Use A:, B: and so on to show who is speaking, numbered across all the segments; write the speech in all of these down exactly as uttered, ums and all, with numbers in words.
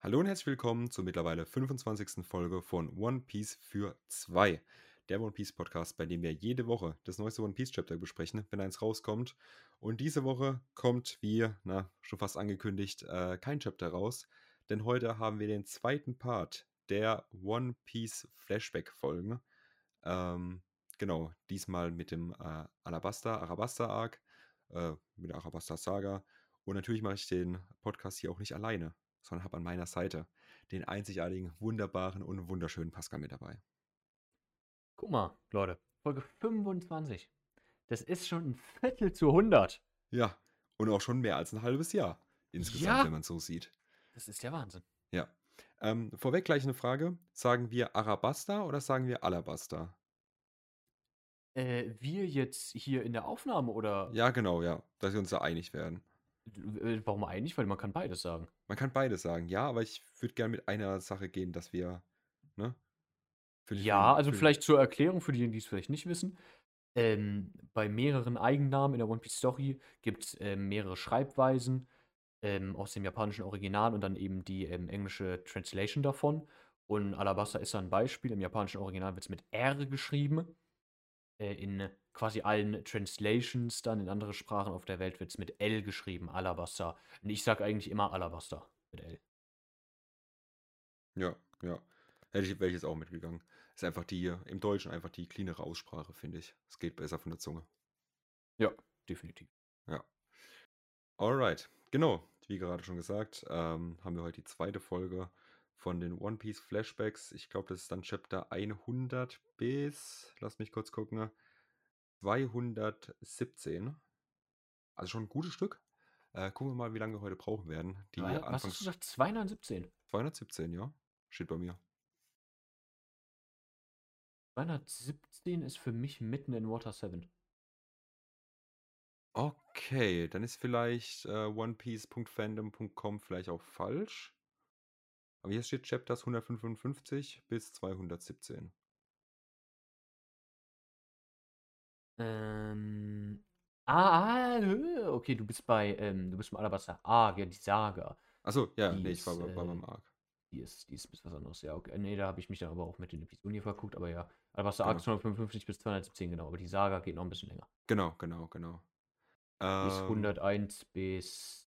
A: Hallo und herzlich willkommen zur mittlerweile fünfundzwanzigsten Folge von One Piece für zwei. Der One Piece Podcast, bei dem wir jede Woche das neueste One Piece Chapter besprechen, wenn eins rauskommt. Und diese Woche kommt, wie na, schon fast angekündigt, äh, kein Chapter raus. Denn heute haben wir den zweiten Part der One Piece Flashback Folgen. Ähm, genau, diesmal mit dem äh, Alabasta, Arabasta Arc, äh, mit der Arabasta Saga. Und natürlich mache ich den Podcast hier auch nicht alleine, sondern habe an meiner Seite den einzigartigen, wunderbaren und wunderschönen Pascal mit dabei.
B: Guck mal, Leute, Folge fünfundzwanzig. Das ist schon ein Viertel zu hundert.
A: Ja, und auch schon mehr als ein halbes Jahr insgesamt, wenn
B: Ja,
A: man es so sieht.
B: das ist der Wahnsinn.
A: Ja. Ähm, vorweg gleich eine Frage. Sagen wir Arabasta oder sagen wir Alabasta?
B: Äh, wir jetzt hier in der Aufnahme oder
A: Ja, genau, ja, dass wir uns da einig werden.
B: äh, warum eigentlich? Weil man kann beides sagen.
A: Man kann beides sagen, ja, aber ich würde gerne mit einer Sache gehen, dass wir, ne, für die, für
B: Ja,
A: den,
B: also
A: für den,
B: vielleicht zur Erklärung für diejenigen, die es vielleicht nicht wissen. Ähm, bei mehreren Eigennamen in der One Piece Story gibt es ähm, mehrere Schreibweisen ähm, aus dem japanischen Original und dann eben die ähm, englische Translation davon. Und Alabasta ist da ein Beispiel. Im japanischen Original wird es mit R geschrieben. Äh, in quasi allen Translations dann in andere Sprachen auf der Welt wird es mit L geschrieben, Alabaster. Und ich sage eigentlich immer Alabaster mit L.
A: ja, ja. Hätte ich, wäre ich jetzt auch mitgegangen. Ist einfach die, im Deutschen einfach die cleanere Aussprache, finde ich. Es geht besser von der Zunge.
B: Ja, definitiv.
A: Ja. Alright. Genau. Wie gerade schon gesagt, ähm, haben wir heute die zweite Folge von den One Piece Flashbacks. Ich glaube, das ist dann Chapter hundert bis, lass mich kurz gucken, zweihundertsiebzehn. Also schon ein gutes Stück. Äh, gucken wir mal, wie lange wir heute brauchen werden. Die
B: Wa- Was hast du
A: Anfangs
B: gesagt? zweihundertsiebzehn.
A: zweihundertsiebzehn, ja. Steht bei mir.
B: zweihundertsiebzehn ist für mich mitten in Water sieben.
A: Okay, dann ist vielleicht äh, onepiece punkt fandom punkt com vielleicht auch falsch. Aber hier steht Chapters hundertfünfundfünfzig bis zweihundertsiebzehn.
B: Ähm. Ah, ah, äh, okay, du bist bei, ähm, du bist beim Alabaster. Ah, ja, die Saga.
A: Achso, ja,
B: Die
A: nee, ich war,
B: ist,
A: bei- war
B: äh,
A: beim Arc.
B: die ist, die ist ein bisschen was anderes. Ja, okay. Nee, da habe ich mich dann aber auch mit den Episoden hier verguckt, aber ja. Alabaster Arc
A: Genau.
B: ist hundertfünfundfünfzig bis zweihundertsiebzehn, genau. Aber die Saga geht noch ein bisschen länger.
A: Genau, genau, genau.
B: Die ist
A: Ähm,
B: hunderteins bis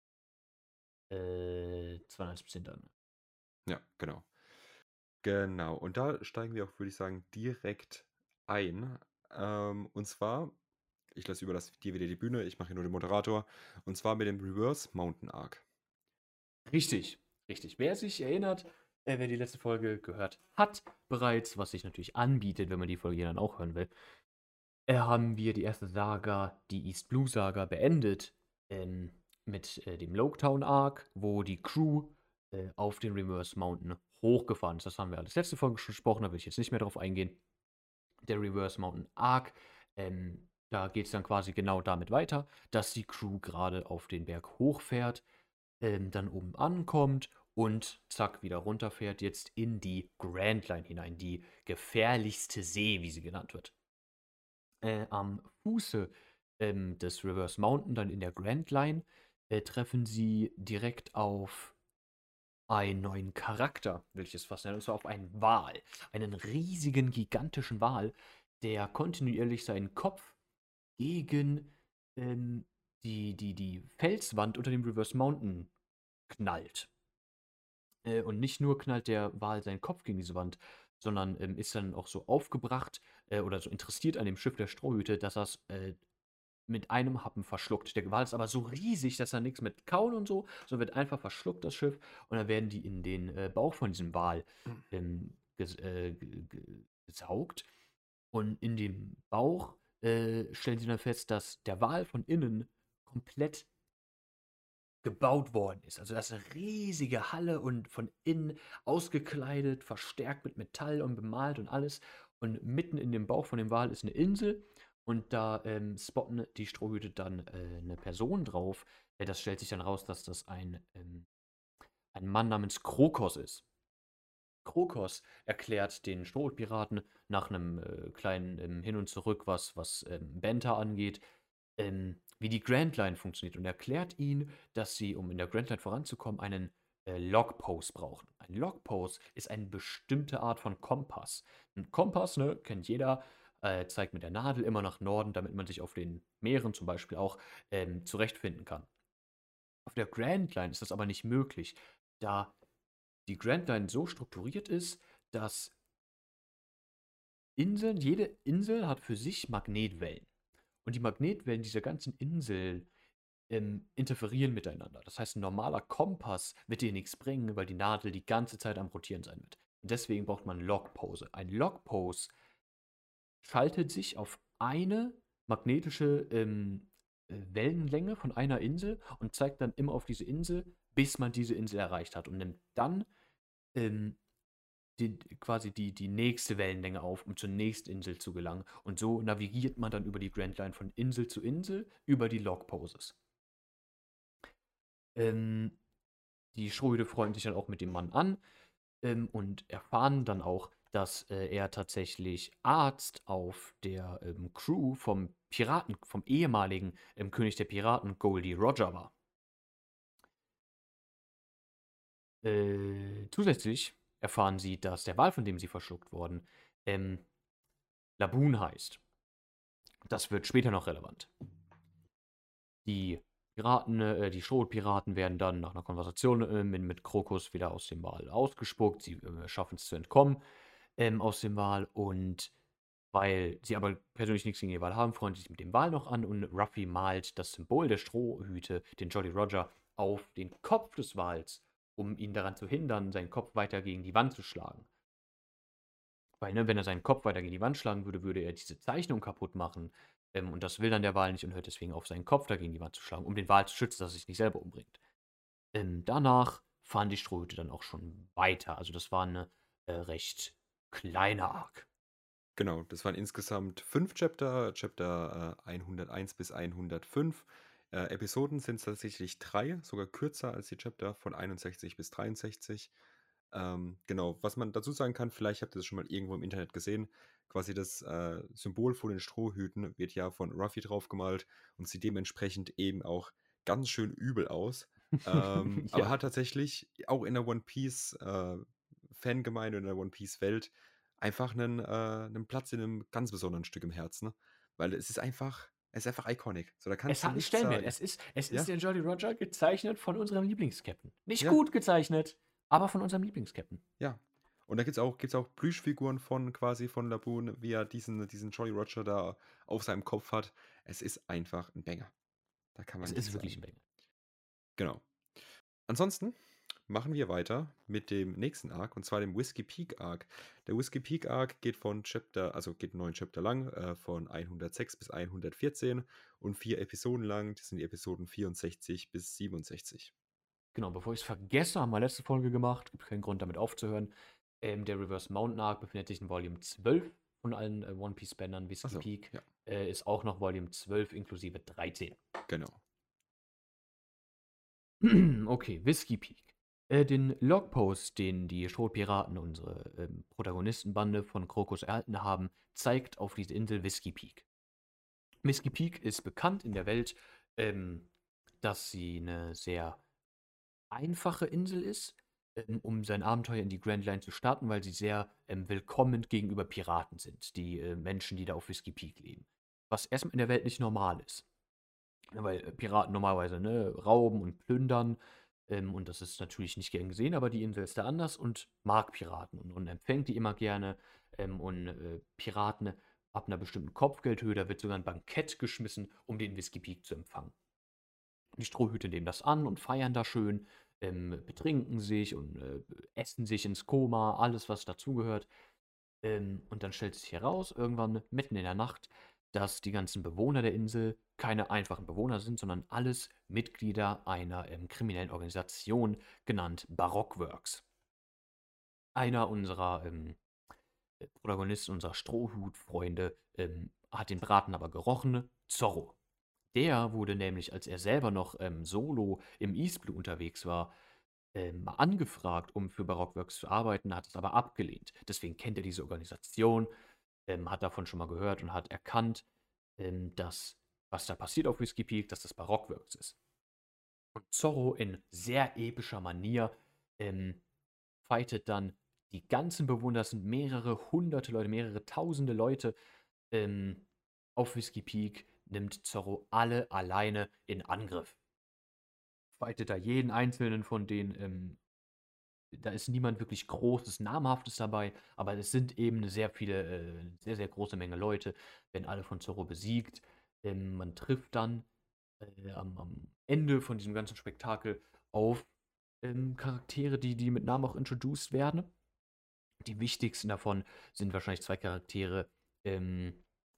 B: äh, zweihundertsiebzehn dann.
A: ja, genau. Genau. Und da steigen wir auch, würde ich sagen, direkt ein. Ähm, und zwar, ich lasse über das dir wieder die Bühne, ich mache hier nur den Moderator. Und zwar mit dem Reverse Mountain Arc.
B: Richtig, richtig. Wer sich erinnert, äh, wer die letzte Folge gehört hat, bereits, was sich natürlich anbietet, wenn man die Folge dann auch hören will, äh, haben wir die erste Saga, die East Blue Saga, beendet. Ähm, mit äh, dem Loketown Arc, wo die Crew äh, auf den Reverse Mountain hochgefahren ist. Das haben wir alles letzte Folge schon gesprochen, da will ich jetzt nicht mehr drauf eingehen. Der Reverse Mountain Arc, ähm, da geht es dann quasi genau damit weiter, dass die Crew gerade auf den Berg hochfährt, ähm, dann oben ankommt und zack, wieder runterfährt, jetzt in die Grand Line hinein, die gefährlichste See, wie sie genannt wird. Äh, am Fuße ähm, des Reverse Mountain, dann in der Grand Line, äh, treffen sie direkt auf einen neuen Charakter, will ich es fast nennen, und zwar auf einen Wal. Einen riesigen, gigantischen Wal, der kontinuierlich seinen Kopf gegen ähm, die, die, die Felswand unter dem Reverse Mountain knallt. Äh, und nicht nur knallt der Wal seinen Kopf gegen diese Wand, sondern ähm, ist dann auch so aufgebracht äh, oder so interessiert an dem Schiff der Strohhüte, dass er es äh, mit einem Happen verschluckt. Der Wal ist aber so riesig, dass er nichts mit kauen und so, sondern wird einfach verschluckt, das Schiff. Und dann werden die in den äh, Bauch von diesem Wal ähm, ges äh, ge- ge- gesaugt. Und in dem Bauch äh, stellen sie dann fest, dass der Wal von innen komplett gebaut worden ist. Also das ist eine riesige Halle und von innen ausgekleidet, verstärkt mit Metall und bemalt und alles. Und mitten in dem Bauch von dem Wal ist eine Insel und da ähm, spotten die Strohhüte dann äh, eine Person drauf. Äh, das stellt sich dann raus, dass das ein, ähm, ein Mann namens Krokos ist. Krokos erklärt den Strohhutpiraten nach einem äh, kleinen ähm, Hin und Zurück, was, was ähm, Benta angeht, ähm, wie die Grand Line funktioniert und erklärt ihnen, dass sie, um in der Grand Line voranzukommen, einen äh, Logpost brauchen. Ein Logpost ist eine bestimmte Art von Kompass. Ein Kompass, ne, kennt jeder, äh, zeigt mit der Nadel immer nach Norden, damit man sich auf den Meeren zum Beispiel auch ähm, zurechtfinden kann. Auf der Grand Line ist das aber nicht möglich, da die Grand Line so strukturiert ist, dass Inseln, jede Insel hat für sich Magnetwellen. Und die Magnetwellen dieser ganzen Insel ähm, interferieren miteinander. Das heißt, ein normaler Kompass wird dir nichts bringen, weil die Nadel die ganze Zeit am Rotieren sein wird. Und deswegen braucht man Logpose. Ein Logpose schaltet sich auf eine magnetische ähm, äh, Wellenlänge von einer Insel und zeigt dann immer auf diese Insel, bis man diese Insel erreicht hat und nimmt dann ähm, die, quasi die, die nächste Wellenlänge auf, um zur nächsten Insel zu gelangen. Und so navigiert man dann über die Grand Line von Insel zu Insel über die Logposes. Ähm, die Strohhüte freuen sich dann auch mit dem Mann an ähm, und erfahren dann auch, dass äh, er tatsächlich Arzt auf der ähm, Crew vom Piraten, vom ehemaligen ähm, König der Piraten, Goldie Roger, war. Äh, zusätzlich erfahren sie, dass der Wal, von dem sie verschluckt wurden, ähm, Laboon heißt. Das wird später noch relevant. Die Piraten, äh, die Strohpiraten werden dann nach einer Konversation äh, mit, mit Krokus wieder aus dem Wal ausgespuckt. Sie äh, schaffen es zu entkommen ähm, aus dem Wal und weil sie aber persönlich nichts gegen den Wal haben, freuen sie sich mit dem Wal noch an und Ruffy malt das Symbol der Strohhüte, den Jolly Roger, auf den Kopf des Wals, um ihn daran zu hindern, seinen Kopf weiter gegen die Wand zu schlagen. Weil, ne, wenn er seinen Kopf weiter gegen die Wand schlagen würde, würde er diese Zeichnung kaputt machen. Ähm, und das will dann der Wal nicht und hört deswegen auf, seinen Kopf dagegen die Wand zu schlagen, um den Wal zu schützen, dass er sich nicht selber umbringt. Ähm, danach fahren die Strohhüte dann auch schon weiter. Also das war eine äh, recht kleine Arc.
A: Genau, das waren insgesamt fünf Chapter, Chapter äh, hunderteins bis hundertfünf. Äh, Episoden sind tatsächlich drei, sogar kürzer als die Chapter von einundsechzig bis dreiundsechzig. Ähm, genau, was man dazu sagen kann, vielleicht habt ihr das schon mal irgendwo im Internet gesehen, quasi das äh, Symbol von den Strohhüten wird ja von Ruffy draufgemalt und sieht dementsprechend eben auch ganz schön übel aus. Ähm, aber
B: Ja.
A: hat tatsächlich auch in der One Piece äh, Fangemeinde und in der One Piece Welt einfach einen, äh, einen Platz in einem ganz besonderen Stück im Herzen, ne? Weil es ist einfach, es ist einfach iconic. So, da
B: Es
A: kannst du
B: hat einen
A: nichts
B: Stellenwert.
A: sagen.
B: Es ist, es ist
A: Ja,
B: der Jolly Roger gezeichnet von unserem Lieblingskapitän. Nicht
A: ja,
B: gut gezeichnet, aber von unserem Lieblingskapitän.
A: ja. Und da gibt es auch, gibt's auch Plüschfiguren von quasi von Laboon, wie er diesen, diesen Jolly Roger da auf seinem Kopf hat. Es ist einfach ein Banger. Da kann man
B: Es
A: nichts
B: ist wirklich
A: sagen.
B: ein Banger.
A: Genau. Ansonsten machen wir weiter mit dem nächsten Arc, und zwar dem Whiskey Peak Arc. Der Whiskey Peak Arc geht von Chapter, also geht neun Chapter lang, äh, von hundertsechs bis hundertvierzehn und vier Episoden lang. Das sind die Episoden vierundsechzig bis siebenundsechzig.
B: Genau, bevor ich es vergesse, haben wir letzte Folge gemacht. Gibt keinen Grund, damit aufzuhören. Ähm, der Reverse Mountain Arc befindet sich in Volume zwölf von allen äh, One Piece Bändern. Whiskey
A: Achso,
B: Peak
A: ja,
B: äh, ist auch noch Volume zwölf inklusive dreizehn.
A: genau.
B: Okay, Whiskey Peak. Äh, den Logpost, den die Schrotpiraten, unsere ähm, Protagonistenbande von Krokus erhalten haben, zeigt auf diese Insel Whiskey Peak. Whiskey Peak ist bekannt in der Welt, ähm, dass sie eine sehr einfache Insel ist, ähm, um sein Abenteuer in die Grand Line zu starten, weil sie sehr ähm, willkommend gegenüber Piraten sind, die äh, Menschen, die da auf Whiskey Peak leben. Was erstmal in der Welt nicht normal ist. Ja, weil äh, Piraten normalerweise ne, rauben und plündern. Ähm, und das ist natürlich nicht gern gesehen, aber die Insel ist da anders und mag Piraten und, und empfängt die immer gerne. Ähm, und äh, Piraten ab einer bestimmten Kopfgeldhöhe, da wird sogar ein Bankett geschmissen, um den Whiskey Peak zu empfangen. Die Strohhüte nehmen das an und feiern da schön, ähm, betrinken sich und äh, essen sich ins Koma, alles, was dazugehört. Ähm, und dann stellt sich heraus, irgendwann mitten in der Nacht, dass die ganzen Bewohner der Insel keine einfachen Bewohner sind, sondern alles Mitglieder einer ähm, kriminellen Organisation, genannt Barockworks. Einer unserer ähm, Protagonisten, unserer Strohhut-Freunde, ähm, hat den Braten aber gerochen, Zorro. Der wurde nämlich, als er selber noch ähm, solo im East Blue unterwegs war, ähm, angefragt, um für Barockworks zu arbeiten, hat es aber abgelehnt. Deswegen kennt er diese Organisation, ähm, hat davon schon mal gehört und hat erkannt, ähm, dass, was da passiert auf Whiskey Peak, dass das Barockworks ist. Und Zorro in sehr epischer Manier ähm, fightet dann die ganzen Bewohner, das sind mehrere hunderte Leute, mehrere tausende Leute, ähm, auf Whiskey Peak, nimmt Zorro alle alleine in Angriff. Fightet da jeden einzelnen von denen, ähm, da ist niemand wirklich Großes, Namhaftes dabei, aber es sind eben sehr viele, äh, sehr, sehr große Menge Leute, werden alle von Zorro besiegt. Ähm, man trifft dann äh, am, am Ende von diesem ganzen Spektakel auf ähm, Charaktere, die, die mit Namen auch introduced werden. Die wichtigsten davon sind wahrscheinlich zwei Charaktere. Ähm,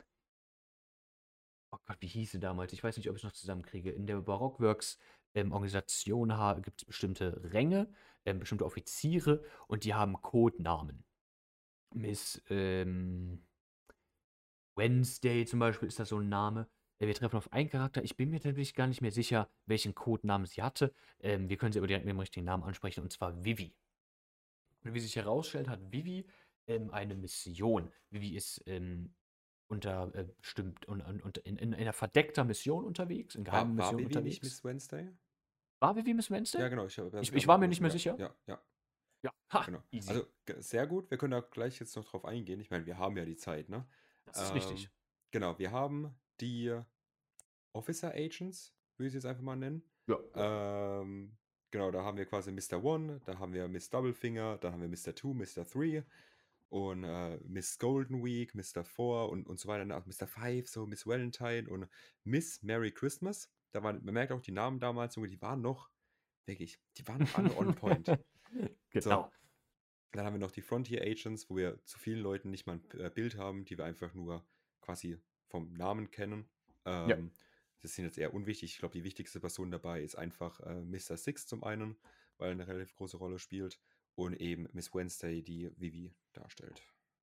B: oh Gott, wie hieß sie damals? Ich weiß nicht, ob ich es noch zusammenkriege. In der Barockworks ähm, Organisation gibt es bestimmte Ränge, ähm, bestimmte Offiziere und die haben Codenamen. Miss ähm, Wednesday zum Beispiel ist da so ein Name. Äh, Wir treffen auf einen Charakter. Ich bin mir tatsächlich gar nicht mehr sicher, welchen Codenamen sie hatte. Ähm, wir können sie aber direkt mit dem richtigen Namen ansprechen, und zwar Vivi. Und wie sich herausstellt, hat Vivi ähm, eine Mission. Vivi ist ähm, unter äh, bestimmt un, un, unter- in, in, in einer verdeckter Mission unterwegs, in geheimen
A: War, war
B: Mission
A: Vivi nicht
B: unterwegs.
A: Miss Wednesday?
B: War Vivi Miss
A: Ja,
B: Wednesday?
A: genau, ich habe es
B: Ich,
A: gerade
B: ich
A: mal
B: war mir nicht
A: gelesen.
B: mehr
A: Ja,
B: sicher.
A: ja, ja,
B: Ja, ha,
A: genau.
B: easy.
A: Also g- sehr gut, wir können da gleich jetzt noch drauf eingehen. Ich meine, wir haben ja die Zeit, ne?
B: Das ist
A: Ähm,
B: richtig.
A: genau, wir haben die Officer Agents, würde ich es jetzt einfach mal nennen.
B: Ja, ja.
A: Ähm, genau, da haben wir quasi Mister One, da haben wir Miss Doublefinger, da haben wir Mister Two, Mister Three und äh, Miss Golden Week, Mister Four und, und so weiter. Also Mister Five, so Miss Valentine und Miss Merry Christmas. Da waren, man merkt auch die Namen damals, Junge, die waren noch, wirklich, die waren noch alle on point. So,
B: Genau.
A: dann haben wir noch die Frontier Agents, wo wir zu vielen Leuten nicht mal ein äh, Bild haben, die wir einfach nur quasi vom Namen kennen.
B: Ja.
A: Ähm, das sind jetzt eher unwichtig. Ich glaube, die wichtigste Person dabei ist einfach äh, Mister Six zum einen, weil er eine relativ große Rolle spielt. Und eben Miss Wednesday, die Vivi darstellt.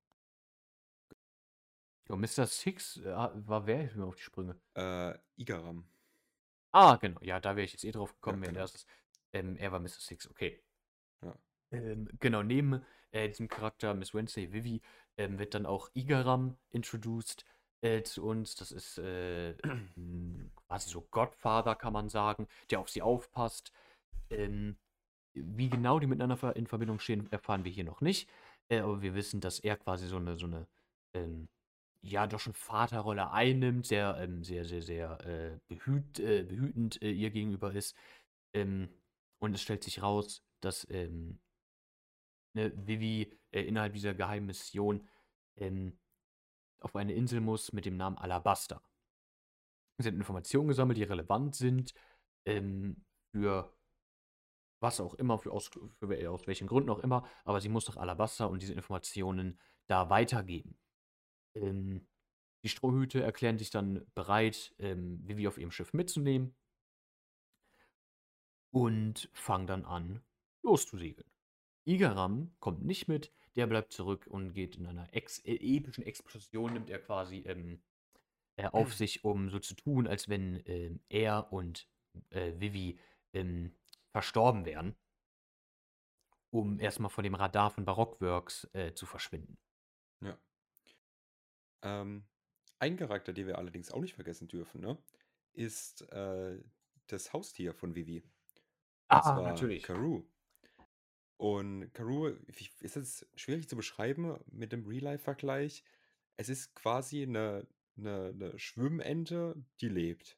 B: Ja, Mister Six äh, war wer? Hilf mir auf die Sprünge.
A: Äh, Igaram.
B: Ah, genau. Ja, da wäre ich jetzt eh drauf
A: Ja,
B: gekommen, wer
A: genau.
B: das ist. Ähm, er war Mister Six, okay.
A: Ja.
B: Ähm, genau, neben äh, diesem Charakter Miss Wednesday, Vivi, ähm, wird dann auch Igaram introduced äh, zu uns. Das ist äh, m, quasi so Godfather, kann man sagen, der auf sie aufpasst. Ähm, wie genau die miteinander ver- in Verbindung stehen, erfahren wir hier noch nicht. Äh, aber wir wissen, dass er quasi so eine, so eine, ähm, ja, doch schon Vaterrolle einnimmt, sehr, ähm, sehr, sehr, sehr äh, behüt, äh, behütend äh, ihr gegenüber ist. Ähm, und es stellt sich raus, dass ähm, ne, Vivi äh, innerhalb dieser geheimen Mission ähm, auf eine Insel muss mit dem Namen Alabasta. Es sind Informationen gesammelt, die relevant sind ähm, für was auch immer, für aus, für, wel- aus welchen Gründen auch immer, aber sie muss nach Alabasta und diese Informationen da weitergeben. Ähm, die Strohhüte erklären sich dann bereit, ähm, Vivi auf ihrem Schiff mitzunehmen und fangen dann an, loszusegeln. Igaram kommt nicht mit, der bleibt zurück und geht in einer ex äh, epischen Explosion, nimmt er quasi ähm, äh, auf sich, um so zu tun, als wenn ähm, er und äh, Vivi ähm, verstorben wären, um erstmal von dem Radar von Barockworks äh, zu verschwinden.
A: Ja. Ähm, ein Charakter, den wir allerdings auch nicht vergessen dürfen, ne, ist äh, das Haustier von Vivi. Und
B: Ah,
A: zwar
B: natürlich.
A: Karoo. Und Karoo ich ist es schwierig zu beschreiben mit dem Real-Life-Vergleich. Es ist quasi eine 'ne 'ne Schwimmente, die lebt.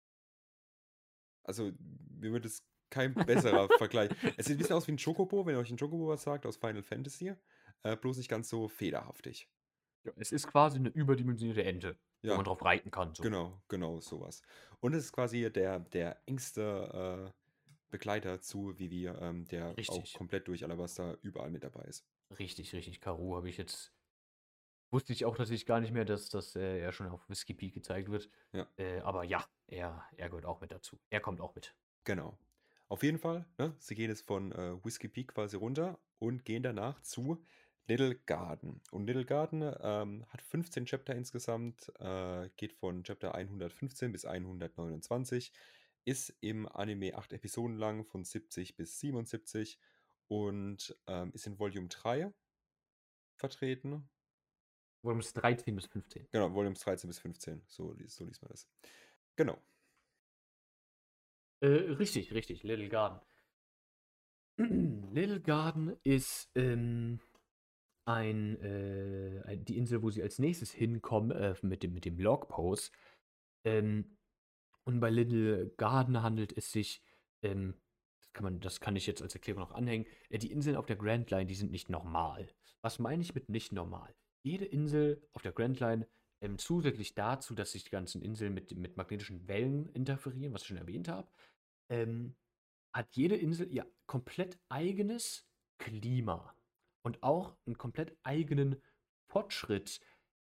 A: Also, mir wird es kein besserer Vergleich es sieht 'n bisschen aus wie 'n Chocobo, wenn euch 'n Chocobo was sagt aus Final Fantasy, äh, bloß nicht ganz so federhaftig.
B: Ja, es ist quasi eine überdimensionierte Ente, wo man
A: Ja,
B: drauf reiten kann, so.
A: genau, genau so was. Und es ist quasi der der engste, äh, Begleiter zu Vivi, ähm, der auch
B: Richtig.
A: komplett durch Alabasta überall mit dabei ist.
B: Richtig, richtig. Karoo habe ich jetzt wusste ich auch tatsächlich gar nicht mehr, dass dass, äh, er schon auf Whiskey Peak gezeigt wird.
A: Ja.
B: Äh, aber ja, er er gehört auch mit dazu. Er kommt auch mit.
A: Genau. Auf jeden Fall, ne, sie gehen jetzt von äh, Whiskey Peak quasi runter und gehen danach zu Little Garden. Und Little Garden ähm, hat fünfzehn Chapter insgesamt, äh, geht von Chapter hundertfünfzehn bis hundertneunundzwanzig, ist im Anime acht Episoden lang, von siebzig bis siebenundsiebzig und ähm, ist in Volume drei vertreten.
B: Volumes dreizehn bis fünfzehn.
A: Genau, Volumes dreizehn bis fünfzehn, so, liest- so liest man das. Genau.
B: Äh, richtig, richtig, Little Garden. Little Garden ist ähm, ein, äh, ein, die Insel, wo sie als nächstes hinkommen, äh, mit dem, mit dem Logpost. Ähm, und bei Little Garden handelt es sich, ähm, das kann man, das kann ich jetzt als Erklärung noch anhängen, äh, die Inseln auf der Grand Line, die sind nicht normal. Was meine ich mit nicht normal? Jede Insel auf der Grand Line, ähm, zusätzlich dazu, dass sich die ganzen Inseln mit, mit magnetischen Wellen interferieren, was ich schon erwähnt habe, ähm, hat jede Insel ihr komplett eigenes Klima und auch einen komplett eigenen Fortschritt,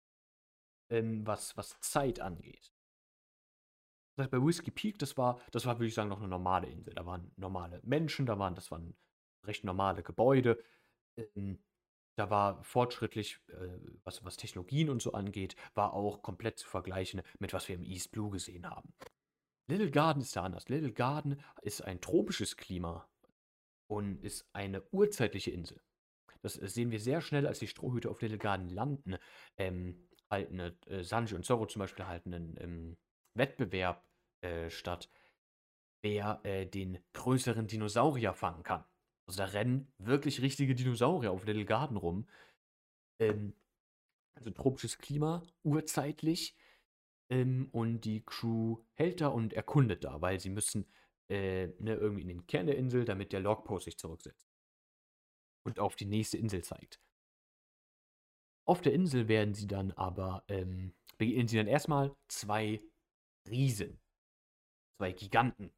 B: ähm, was, was Zeit angeht. Das heißt, bei Whiskey Peak, das war, das war, würde ich sagen, noch eine normale Insel. Da waren normale Menschen, da waren, das waren recht normale Gebäude. Ähm, da war fortschrittlich, äh, was, was Technologien und so angeht, war auch komplett zu vergleichen mit was wir im East Blue gesehen haben. Little Garden ist da anders. Little Garden ist ein tropisches Klima und ist eine urzeitliche Insel. Das äh, sehen wir sehr schnell, als die Strohhüte auf Little Garden landen. Ähm, halten, äh, Sanji und Zorro zum Beispiel halten einen ähm, Wettbewerb äh, statt, wer äh, den größeren Dinosaurier fangen kann. Also da rennen wirklich richtige Dinosaurier auf Little Garden rum. Ähm, also tropisches Klima, urzeitlich. Ähm, und die Crew hält da und erkundet da, weil sie müssen äh, ne, irgendwie in den Kern der Insel, damit der Logpost sich zurücksetzt und auf die nächste Insel zeigt. Auf der Insel werden sie dann aber, ähm, begegnen sie dann erstmal zwei Riesen, zwei Giganten.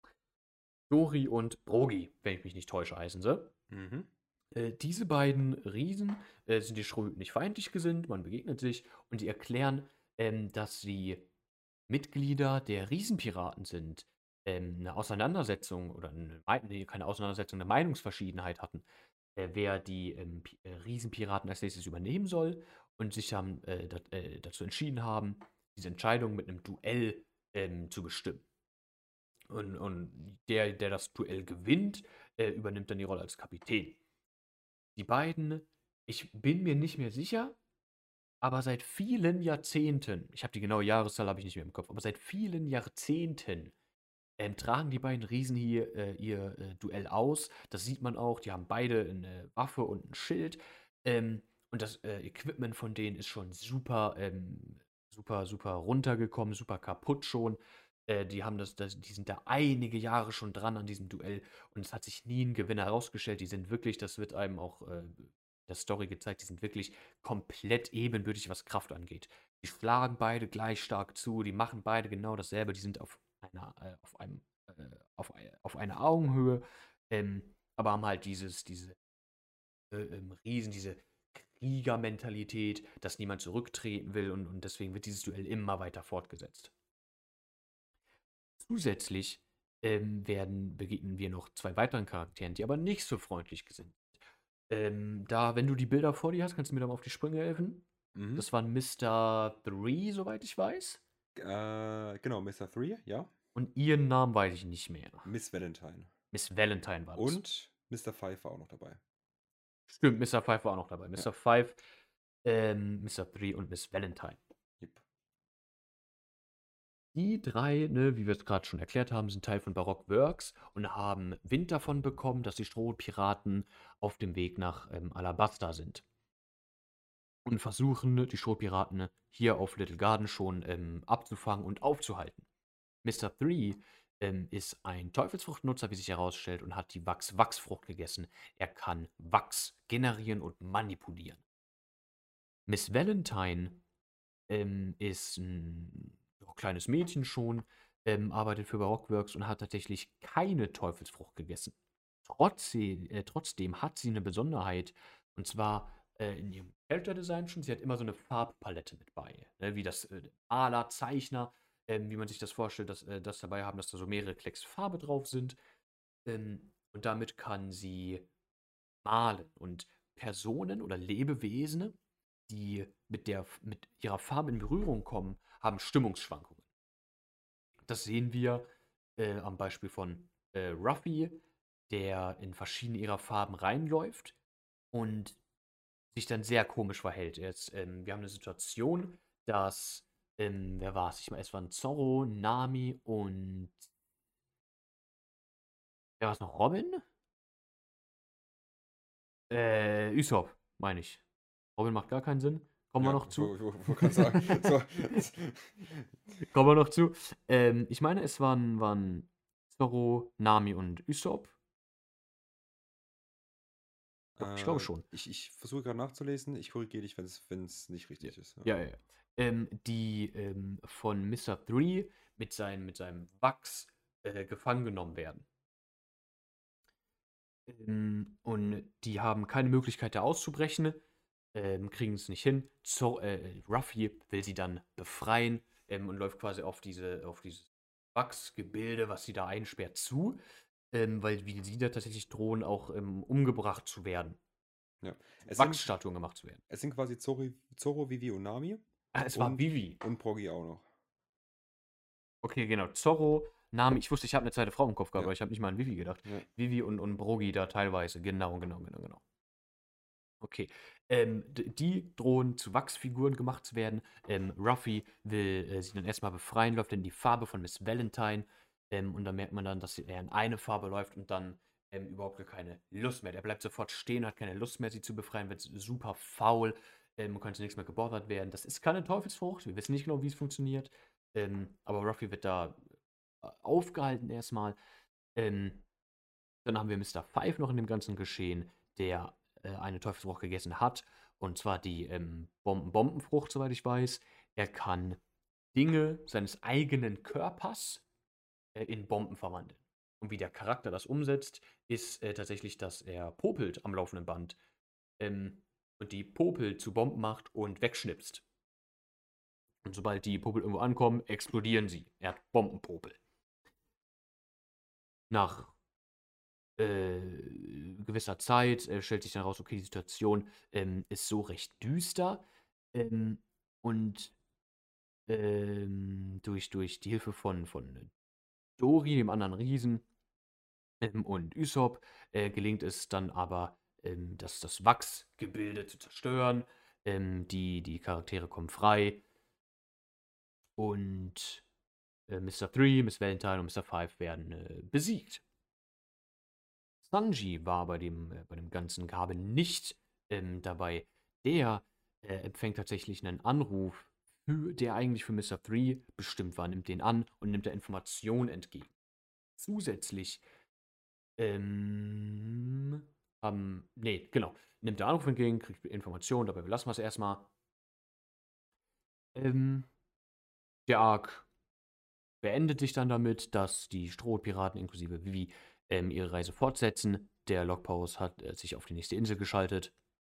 B: Dori und Brogi, wenn ich mich nicht täusche, heißen sie.
A: Mhm.
B: Äh, diese beiden Riesen äh, sind die Schröden nicht feindlich gesinnt, man begegnet sich und die erklären, ähm, dass sie Mitglieder der Riesenpiraten sind, ähm, eine Auseinandersetzung oder eine, Mei- nee, keine Auseinandersetzung, eine Meinungsverschiedenheit hatten, äh, wer die ähm, Pi- äh, Riesenpiraten als nächstes übernehmen soll und sich haben, äh, dat, äh, dazu entschieden haben, diese Entscheidung mit einem Duell ähm, zu bestimmen. Und, und der, der das Duell gewinnt, äh, übernimmt dann die Rolle als Kapitän. Die beiden, ich bin mir nicht mehr sicher, aber seit vielen Jahrzehnten, ich habe die genaue Jahreszahl habe ich nicht mehr im Kopf, aber seit vielen Jahrzehnten ähm, tragen die beiden Riesen hier äh, ihr äh, Duell aus. Das sieht man auch. Die haben beide eine Waffe und ein Schild. Ähm, und das äh, Equipment von denen ist schon super, ähm, super, super runtergekommen, super kaputt schon. Äh, die haben das, das, die sind da einige Jahre schon dran an diesem Duell und es hat sich nie ein Gewinner herausgestellt. Die sind wirklich, das wird einem auch äh, der Story gezeigt, die sind wirklich komplett ebenbürtig, was Kraft angeht. Die schlagen beide gleich stark zu, die machen beide genau dasselbe, die sind auf einer, äh, auf einem, äh, auf, ei- auf einer Augenhöhe, ähm, aber haben halt dieses, diese äh, ähm, Riesen, diese Kriegermentalität, dass niemand zurücktreten will und, und deswegen wird dieses Duell immer weiter fortgesetzt. Zusätzlich ähm, werden, begegnen wir noch zwei weiteren Charakteren, die aber nicht so freundlich gesinnt sind. Ähm, da, wenn du die Bilder vor dir hast, kannst du mir da mal auf die Sprünge helfen.
A: Mhm.
B: Das waren Mister Three, soweit ich weiß.
A: Äh, genau, Mister Three, ja.
B: Und ihren Namen weiß ich nicht mehr.
A: Miss Valentine.
B: Miss Valentine war das.
A: Und Mister Five war auch noch dabei.
B: Stimmt, Mister Five war auch noch dabei.
A: Ja,
B: Mister Five, ähm, Mister Three und Miss Valentine.
A: yep.
B: Die drei, ne, wie wir es gerade schon erklärt haben, sind Teil von Baroque Works und haben Wind davon bekommen, dass die Strohpiraten auf dem Weg nach ähm, Alabasta sind. Und versuchen, die Strohpiraten hier auf Little Garden schon ähm, abzufangen und aufzuhalten. Mister Three ähm, ist ein Teufelsfruchtnutzer, wie sich herausstellt, und hat die Wachs-Wachsfrucht gegessen. Er kann Wachs generieren und manipulieren. Miss Valentine ähm, ist ein ja, kleines Mädchen schon, ähm, arbeitet für Barockworks und hat tatsächlich keine Teufelsfrucht gegessen. Trotzdem, äh, trotzdem hat sie eine Besonderheit, und zwar äh, in ihrem Charakterdesign schon, sie hat immer so eine Farbpalette mit bei, ne, wie das äh, Maler, Zeichner, ähm, wie man sich das vorstellt, dass äh, das dabei haben, dass da so mehrere Klecks Farbe drauf sind. Ähm, und damit kann sie malen und Personen oder Lebewesen, die mit, der, mit ihrer Farbe in Berührung kommen, haben Stimmungsschwankungen. Das sehen wir äh, am Beispiel von äh, Ruffy, der in verschiedene ihrer Farben reinläuft und sich dann sehr komisch verhält. Jetzt, ähm, wir haben eine Situation, dass, ähm, wer war es? Ich meine, es waren Zorro, Nami und wer war es noch? Robin? Äh, Usopp, meine ich. Robin macht gar keinen Sinn. Kommen wir
A: Ja,
B: noch
A: ich
B: zu.
A: wollte wollt, wollt gerade sagen. So,
B: Kommen wir noch zu. Ähm, ich meine, es waren, waren Zoro, Nami und Usopp. Doch, ich glaube
A: äh,
B: schon.
A: ich, ich versuche gerade nachzulesen. Ich korrigiere dich, wenn es nicht
B: Ja,
A: richtig ist. Ja.
B: ja, ja. Ja. Ähm, die ähm, von Mister Three mit, sein, mit seinem Wachs äh, gefangen genommen werden. Ähm, und die haben keine Möglichkeit, da auszubrechen, ähm, kriegen es nicht hin. Zo äh, Ruffy will sie dann befreien ähm, und läuft quasi auf diese, auf dieses Wachsgebilde, was sie da einsperrt, zu, ähm, weil wie sie da tatsächlich drohen, auch ähm, umgebracht zu werden.
A: Ja. Es sind,
B: Wachsstatuen gemacht zu werden.
A: es sind quasi Zoro, Zoro, Vivi und Nami
B: Ah, es war
A: und,
B: Vivi.
A: und Proggy auch noch.
B: Okay, genau. Zorro, Nami. Ich wusste, ich habe eine zweite Frau im Kopf gehabt,
A: Ja,
B: aber ich habe nicht mal an Vivi gedacht.
A: ja.
B: Vivi und, und Brogi da teilweise. Genau, genau, genau, genau. Okay. Ähm, d- die drohen zu Wachsfiguren gemacht zu werden. Ähm, Ruffy will äh, sie dann erstmal befreien, läuft in die Farbe von Miss Valentine. Ähm, und dann merkt man dann, dass er in eine Farbe läuft und dann ähm, überhaupt gar keine Lust mehr. Der bleibt sofort stehen, hat keine Lust mehr, sie zu befreien, wird super faul, ähm, könnte nichts mehr gebothert werden. Das ist keine Teufelsfrucht. Wir wissen nicht genau, wie es funktioniert. Ähm, aber Ruffy wird da äh, aufgehalten erstmal. Ähm, dann haben wir Mister Five noch in dem ganzen Geschehen, der äh, eine Teufelsfrucht gegessen hat. Und zwar die ähm, Bom Bombenfrucht, soweit ich weiß. Er kann Dinge seines eigenen Körpers äh, in Bomben verwandeln. Und wie der Charakter das umsetzt, ist äh, tatsächlich, dass er popelt am laufenden Band. Ähm, und die Popel zu Bomben macht und wegschnipst. Und sobald die Popel irgendwo ankommen, explodieren sie. Er hat Bombenpopel. Nach äh, gewisser Zeit äh, stellt sich dann raus, okay, die Situation ähm, ist so recht düster. Ähm, und ähm, durch, durch die Hilfe von, von Dori, dem anderen Riesen, ähm, und Usopp äh, gelingt es dann aber, ähm, das, das Wachsgebilde zu zerstören. Ähm, die, die Charaktere kommen frei und äh, Mister Three, Miss Valentine und Mister Five werden äh, besiegt. Sanji war bei dem, äh, bei dem ganzen Gabe nicht ähm, dabei. Der äh, empfängt tatsächlich einen Anruf, für, der eigentlich für Mister Three bestimmt war, nimmt den an und nimmt der Information entgegen. Zusätzlich, ähm, ähm, nee, genau, nimmt der Anruf entgegen, kriegt Informationen, dabei belassen wir es erstmal. Ähm, der Arc beendet sich dann damit, dass die Strohpiraten inklusive Vivi ähm, ihre Reise fortsetzen. Der Logpaus hat äh, sich auf die nächste Insel geschaltet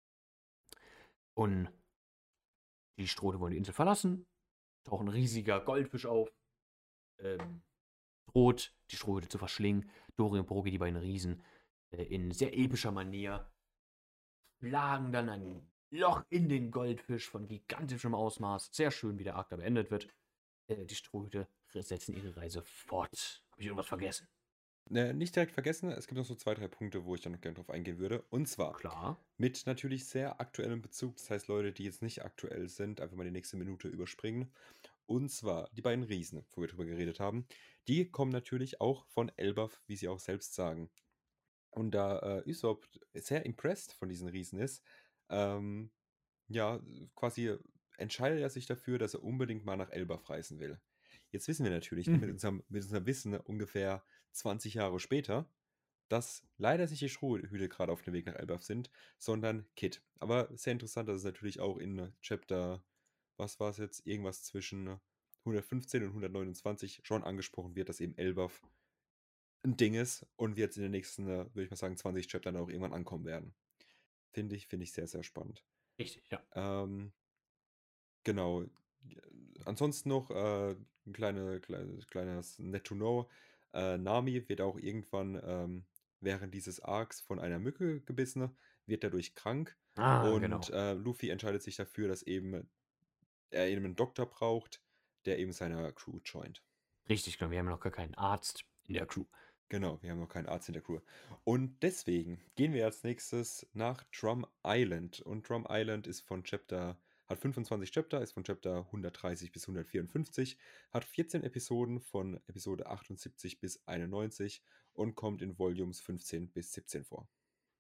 B: und die Strohde wollen die Insel verlassen. Taucht ein riesiger Goldfisch auf, ähm, droht die Strohhütte zu verschlingen. Dori und Brogi, die beiden Riesen, äh, in sehr epischer Manier, schlagen dann ein Loch in den Goldfisch von gigantischem Ausmaß. Sehr schön, wie der Arc da beendet wird. Äh, die Strohhüte setzen ihre Reise fort. Habe ich irgendwas vergessen?
A: Äh, nicht direkt vergessen, es gibt noch so zwei, drei Punkte, wo ich dann noch gerne drauf eingehen würde. Und zwar
B: Klar.
A: mit natürlich sehr aktuellem Bezug. Das heißt, Leute, die jetzt nicht aktuell sind, einfach mal die nächste Minute überspringen. Und zwar die beiden Riesen, wo wir drüber geredet haben. Die kommen natürlich auch von Elbaf, wie sie auch selbst sagen. Und da äh, Usopp sehr impressed von diesen Riesen ist, ähm, ja, quasi entscheidet er sich dafür, dass er unbedingt mal nach Elbaf reisen will. Jetzt wissen wir natürlich ne, mit
B: Mhm.
A: unserem, mit unserem Wissen ne, ungefähr zwanzig Jahre später, dass leider nicht die Strohhüte gerade auf dem Weg nach Elbaf sind, sondern Kid. Aber sehr interessant, dass es natürlich auch in äh, Chapter, was war es jetzt, irgendwas zwischen hundertfünfzehn und hundertneunundzwanzig schon angesprochen wird, dass eben Elbaf ein Ding ist und wir jetzt in den nächsten, äh, würde ich mal sagen, zwanzig Chaptern auch irgendwann ankommen werden. Finde ich, finde ich sehr, sehr spannend.
B: Richtig, ja.
A: Ähm, genau. Ansonsten noch äh, ein kleine, kleine, kleines Net to Know. Äh, Nami wird auch irgendwann ähm, während dieses Arcs von einer Mücke gebissen, wird dadurch krank
B: Ah,
A: und
B: genau.
A: äh, Luffy entscheidet sich dafür, dass eben er eben einen Doktor braucht, der eben seiner Crew joint.
B: Richtig, genau. Wir haben noch gar keinen Arzt in der Crew.
A: Genau, wir haben noch keinen Arzt in der Crew. Und deswegen gehen wir als nächstes nach Drum Island. Und Drum Island ist von Chapter, hat fünfundzwanzig Chapter, ist von Chapter hundertdreißig bis hundertvierundfünfzig, hat vierzehn Episoden von Episode achtundsiebzig bis einundneunzig und kommt in Volumes fünfzehn bis siebzehn vor.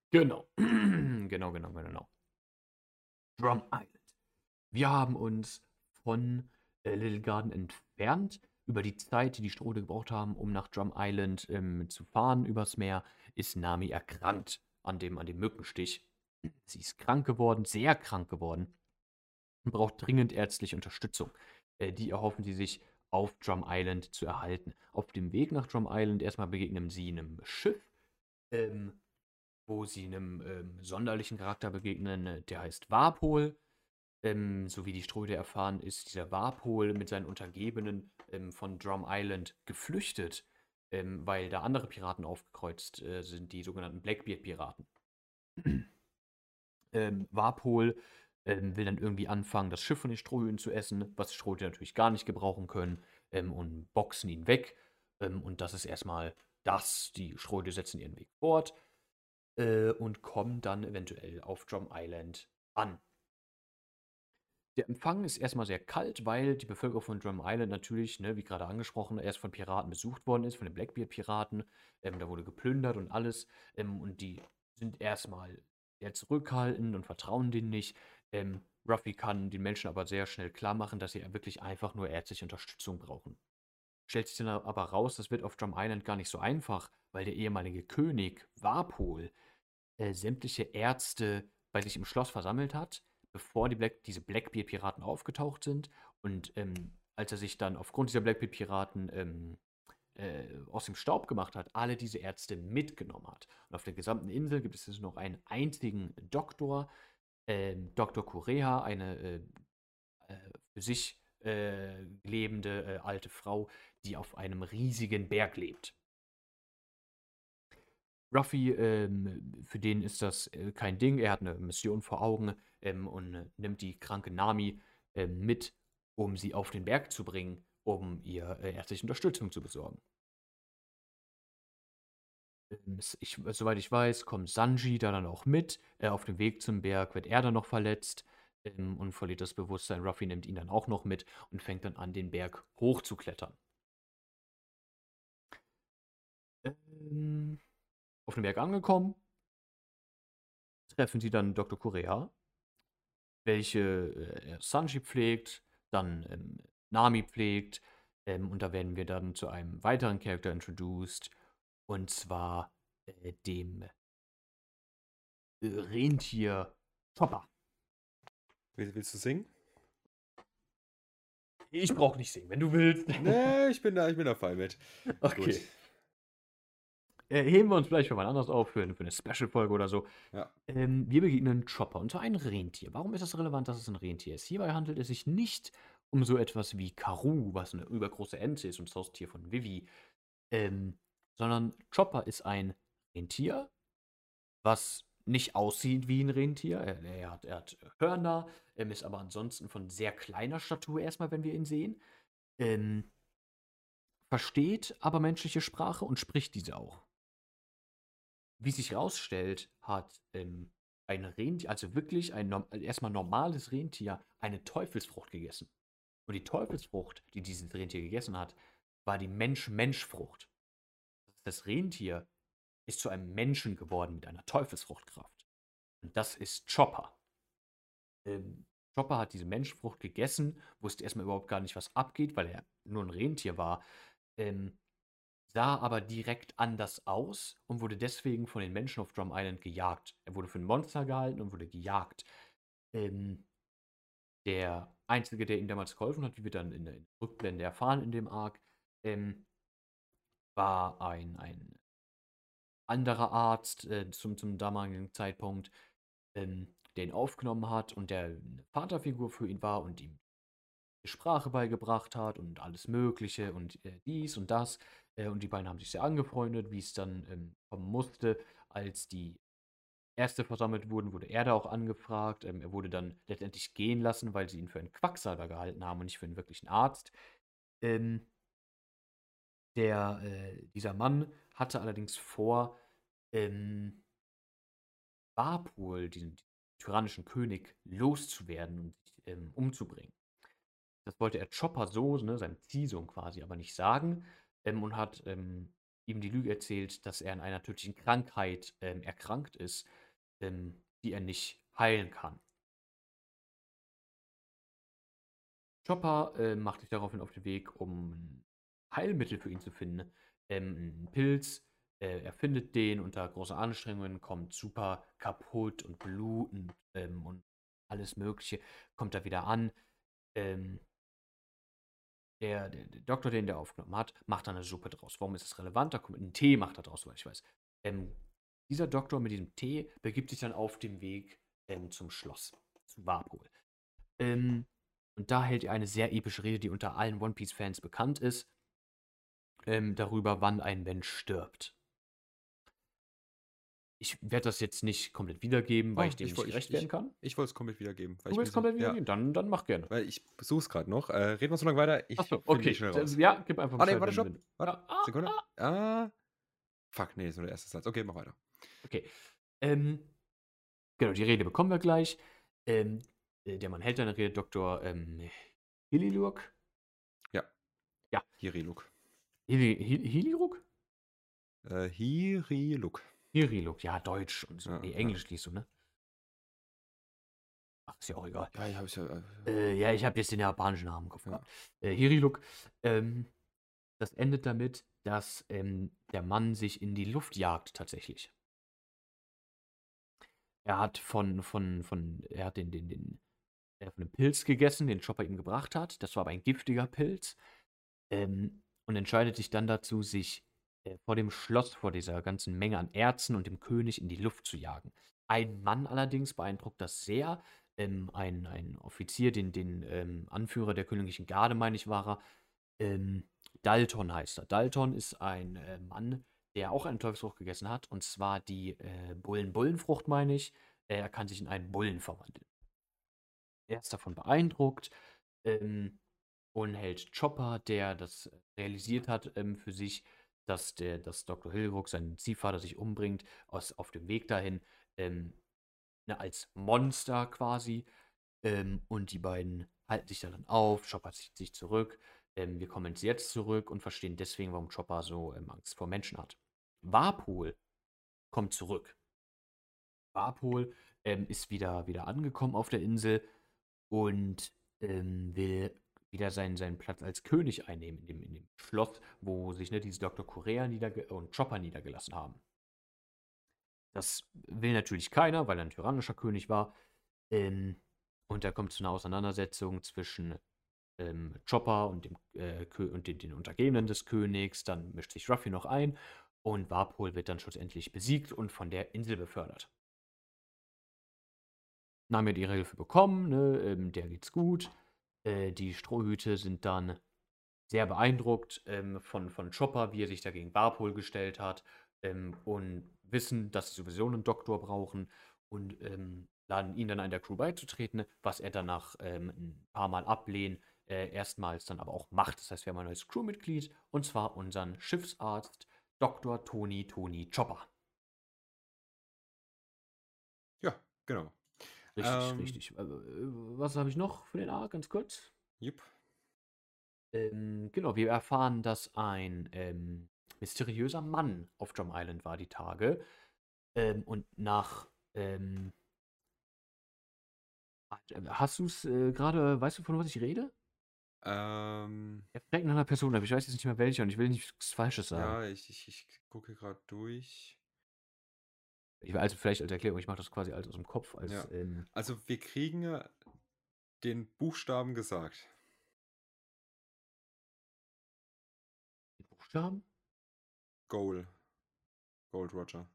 B: Genau. Genau, genau, genau, genau. Drum Island. Wir haben uns von äh, Little Garden entfernt. Über die Zeit, die die Strode gebraucht haben, um nach Drum Island ähm, zu fahren übers Meer, ist Nami erkrankt an dem, an dem Mückenstich. Sie ist krank geworden, sehr krank geworden und braucht dringend ärztliche Unterstützung. Äh, die erhoffen sie sich auf Drum Island zu erhalten. Auf dem Weg nach Drum Island erstmal begegnen sie einem Schiff, ähm, wo sie einem ähm, sonderlichen Charakter begegnen, äh, der heißt Warpol. Ähm, so wie die Ströde erfahren, ist dieser Warpol mit seinen Untergebenen ähm, von Drum Island geflüchtet, ähm, weil da andere Piraten aufgekreuzt äh, sind, die sogenannten Blackbeard-Piraten. ähm, Warpol ähm, will dann irgendwie anfangen, das Schiff von den Strohhüten zu essen, was die Strohhüte natürlich gar nicht gebrauchen können, ähm, und boxen ihn weg. Ähm, und das ist erstmal das. Die Strohhüte setzen ihren Weg fort äh, und kommen dann eventuell auf Drum Island an. Der Empfang ist erstmal sehr kalt, weil die Bevölkerung von Drum Island natürlich, ne, wie gerade angesprochen, erst von Piraten besucht worden ist, von den Blackbeard-Piraten. Ähm, da wurde geplündert und alles. Ähm, und die sind erstmal sehr zurückhaltend und vertrauen denen nicht. Ähm, Ruffy kann den Menschen aber sehr schnell klar machen, dass sie wirklich einfach nur ärztliche Unterstützung brauchen. Stellt sich dann aber raus, das wird auf Drum Island gar nicht so einfach, weil der ehemalige König, Warpol, äh, sämtliche Ärzte bei sich im Schloss versammelt hat, bevor die Black, diese Blackbeard-Piraten aufgetaucht sind. Und ähm, als er sich dann aufgrund dieser Blackbeard-Piraten ähm, äh, aus dem Staub gemacht hat, alle diese Ärzte mitgenommen hat. Und auf der gesamten Insel gibt es jetzt noch einen einzigen Doktor, ähm, Doktor Kureha, eine äh, äh, für sich äh, lebende äh, alte Frau, die auf einem riesigen Berg lebt. Ruffy, ähm, für den ist das äh, kein Ding. Er hat eine Mission vor Augen ähm, und äh, nimmt die kranke Nami äh, mit, um sie auf den Berg zu bringen, um ihr äh, ärztliche Unterstützung zu besorgen. Ähm, s- ich, soweit ich weiß, kommt Sanji da dann auch mit. Äh, auf dem Weg zum Berg wird er dann noch verletzt ähm, und verliert das Bewusstsein. Ruffy nimmt ihn dann auch noch mit und fängt dann an, den Berg hochzuklettern. Ähm, auf dem Berg angekommen, treffen sie dann Doktor Korea, welche äh, Sanji pflegt, dann ähm, Nami pflegt. Ähm, und da werden wir dann zu einem weiteren Charakter introduced. Und zwar äh, dem äh, Rentier Chopper.
A: Will, willst du singen?
B: Ich brauche nicht singen, wenn du willst.
A: Nee, ich bin da, ich bin da fein mit.
B: Okay.
A: Gut.
B: Äh, heben wir uns vielleicht für mal anders auf, für, für eine Special-Folge oder so.
A: Ja.
B: Ähm, wir begegnen Chopper, und zwar ein Rentier. Warum ist es relevant, dass es ein Rentier ist? Hierbei handelt es sich nicht um so etwas wie Karoo, was eine übergroße Ente ist und das Haustier von Vivi, ähm, sondern Chopper ist ein Rentier, was nicht aussieht wie ein Rentier. Er, er, hat, er hat Hörner, ähm, ist aber ansonsten von sehr kleiner Statur erstmal, wenn wir ihn sehen. Ähm, versteht aber menschliche Sprache und spricht diese auch. Wie sich herausstellt, hat ähm, ein Rentier, also wirklich ein norm- erstmal normales Rentier, eine Teufelsfrucht gegessen. Und die Teufelsfrucht, die dieses Rentier gegessen hat, war die Mensch-Mensch-Frucht. Das Rentier ist zu einem Menschen geworden mit einer Teufelsfruchtkraft. Und das ist Chopper. Ähm, Chopper hat diese Menschenfrucht gegessen, wusste erstmal überhaupt gar nicht, was abgeht, weil er nur ein Rentier war. Ähm, sah aber direkt anders aus und wurde deswegen von den Menschen auf Drum Island gejagt. Er wurde für ein Monster gehalten und wurde gejagt. Ähm, der Einzige, der ihm damals geholfen hat, wie wir dann in der Rückblende erfahren in dem Arc, ähm, war ein, ein anderer Arzt äh, zum, zum damaligen Zeitpunkt, ähm, der ihn aufgenommen hat und der eine Vaterfigur für ihn war und ihm die Sprache beigebracht hat und alles Mögliche und äh, dies und das. Äh, und die beiden haben sich sehr angefreundet, wie es dann ähm, kommen musste. Als die Ärzte versammelt wurden, wurde er da auch angefragt. Ähm, er wurde dann letztendlich gehen lassen, weil sie ihn für einen Quacksalber gehalten haben und nicht für einen wirklichen Arzt. Ähm, der, äh, dieser Mann hatte allerdings vor, ähm, Warpol, diesen tyrannischen König, loszuwerden und ähm, umzubringen. Das wollte er Chopper so, ne, seinem Ziehsohn quasi, aber nicht sagen, ähm, und hat ähm, ihm die Lüge erzählt, dass er an einer tödlichen Krankheit ähm, erkrankt ist, ähm, die er nicht heilen kann. Chopper äh, macht sich daraufhin auf den Weg, um ein Heilmittel für ihn zu finden. Ähm, einen Pilz. Äh, er findet den unter großer Anstrengungen, kommt super kaputt und blutend ähm, und alles Mögliche. Kommt da wieder an. Ähm, der, der, der Doktor, den der aufgenommen hat, macht da eine Suppe draus. Warum ist das relevant? Da kommt ein Tee, macht er draus, soweit ich weiß. Ähm, dieser Doktor mit diesem Tee begibt sich dann auf dem Weg ähm, zum Schloss, zu Warpol. Ähm, und da hält er eine sehr epische Rede, die unter allen One Piece-Fans bekannt ist, ähm, darüber, wann ein Mensch stirbt. Ich werde das jetzt nicht komplett wiedergeben, weil
A: Oh,
B: ich dem
A: ich,
B: nicht
A: woll- ich,
B: gerecht werden
A: ich,
B: kann.
A: ich wollte es komplett wiedergeben. Weil
B: Du
A: ich mir
B: willst
A: si-
B: komplett
A: ja,
B: wiedergeben? Dann, dann mach gerne.
A: weil ich suche es gerade noch. Äh, reden wir so lange weiter. Ich
B: Achso,
A: finde die
B: okay.
A: schnell
B: D-
A: raus.
B: Ja, gib einfach
A: Ah, nee,
B: Bescheid,
A: warte,
B: wenn,
A: stopp.
B: wenn.
A: Warte,
B: Ja, ah,
A: Sekunde.
B: ah.
A: Ah, fuck, nee, ist nur der erste Satz. Okay, mach weiter.
B: Okay. Ähm, genau, die Rede bekommen wir gleich. Ähm, äh, der Mann hält eine Rede, Doktor ähm, Hililurk.
A: Ja.
B: Ja.
A: Hiriluk.
B: Hili, Hil- Hiliruk?
A: Äh, Hiriluk.
B: Hiriluk, ja, Deutsch und so.
A: Ja,
B: Nee,
A: ja.
B: Englisch liest du, ne? Ach, ist ja auch egal.
A: Ja, ich hab's ja. Äh,
B: Äh, ja, ich habe jetzt den japanischen Namen im Kopf
A: Ja.
B: gehabt. Äh, Hiriluk. Ähm, das endet damit, dass ähm, der Mann sich in die Luft jagt, tatsächlich. Er hat von, von, von, er hat den, den, den, er hat von dem Pilz gegessen, den Chopper ihm gebracht hat. Das war aber ein giftiger Pilz. Ähm, und entscheidet sich dann dazu, sich äh, vor dem Schloss, vor dieser ganzen Menge an Ärzten und dem König in die Luft zu jagen. Ein Mann allerdings beeindruckt das sehr. Ähm, ein, ein Offizier, den, den ähm, Anführer der königlichen Garde, meine ich, war er. Ähm, Dalton heißt er. Dalton ist ein äh, Mann, der auch einen Teufelsfrucht gegessen hat. Und zwar die äh, Bullen-Bullenfrucht, meine ich. Äh, er kann sich in einen Bullen verwandeln. Er ist davon beeindruckt ähm, und hält Chopper, der das realisiert hat ähm, für sich, dass, der, dass Doktor Hilrock, sein Ziehvater, sich umbringt, aus, auf dem Weg dahin, ähm, ne, als Monster quasi. Ähm, und die beiden halten sich dann auf, Chopper zieht sich zurück. Ähm, wir kommen jetzt zurück und verstehen deswegen, warum Chopper so ähm, Angst vor Menschen hat. Warpol kommt zurück. Warpol ähm, ist wieder, wieder angekommen auf der Insel und ähm, will wieder seinen, seinen Platz als König einnehmen in dem, in dem Schloss, wo sich ne, diese Doktor Korea niederge und Chopper niedergelassen haben. Das will natürlich keiner, weil er ein tyrannischer König war. Ähm, und da kommt es zu einer Auseinandersetzung zwischen ähm, Chopper und, dem, äh, Kö- und den, den Untergebenen des Königs. Dann mischt sich Ruffy noch ein und Warpol wird dann schlussendlich besiegt und von der Insel befördert. Haben ja ihre Hilfe bekommen, ne? ähm, der geht's gut. Äh, die Strohhüte sind dann sehr beeindruckt ähm, von, von Chopper, wie er sich dagegen Warpol gestellt hat ähm, und wissen, dass sie sowieso einen Doktor brauchen und ähm, laden ihn dann an der Crew beizutreten, was er danach ähm, ein paar Mal ablehnt, äh, erstmals dann aber auch macht. Das heißt, wir haben ein neues Crewmitglied und zwar unseren Schiffsarzt Doktor Tony Tony Chopper.
A: Ja, genau.
B: Richtig,
A: Ähm,
B: richtig. Äh, was habe ich noch für den A? Ganz kurz.
A: Jupp.
B: Ähm, genau, wir erfahren, dass ein ähm, mysteriöser Mann auf Drum Island war die Tage. Ähm, und nach. Ähm, hast du es äh, gerade, weißt du, von was ich rede?
A: Ähm,
B: Er fragt nach einer Person, aber ich weiß jetzt nicht mehr welche und ich will nichts Falsches sagen.
A: ja, ich, ich, ich gucke gerade durch.
B: Ich, also vielleicht als Erklärung, ich mache das quasi alles aus dem Kopf. Als,
A: Ja.
B: ähm,
A: Also wir kriegen äh, den Buchstaben gesagt.
B: Buchstaben?
A: Goal. Gold Roger.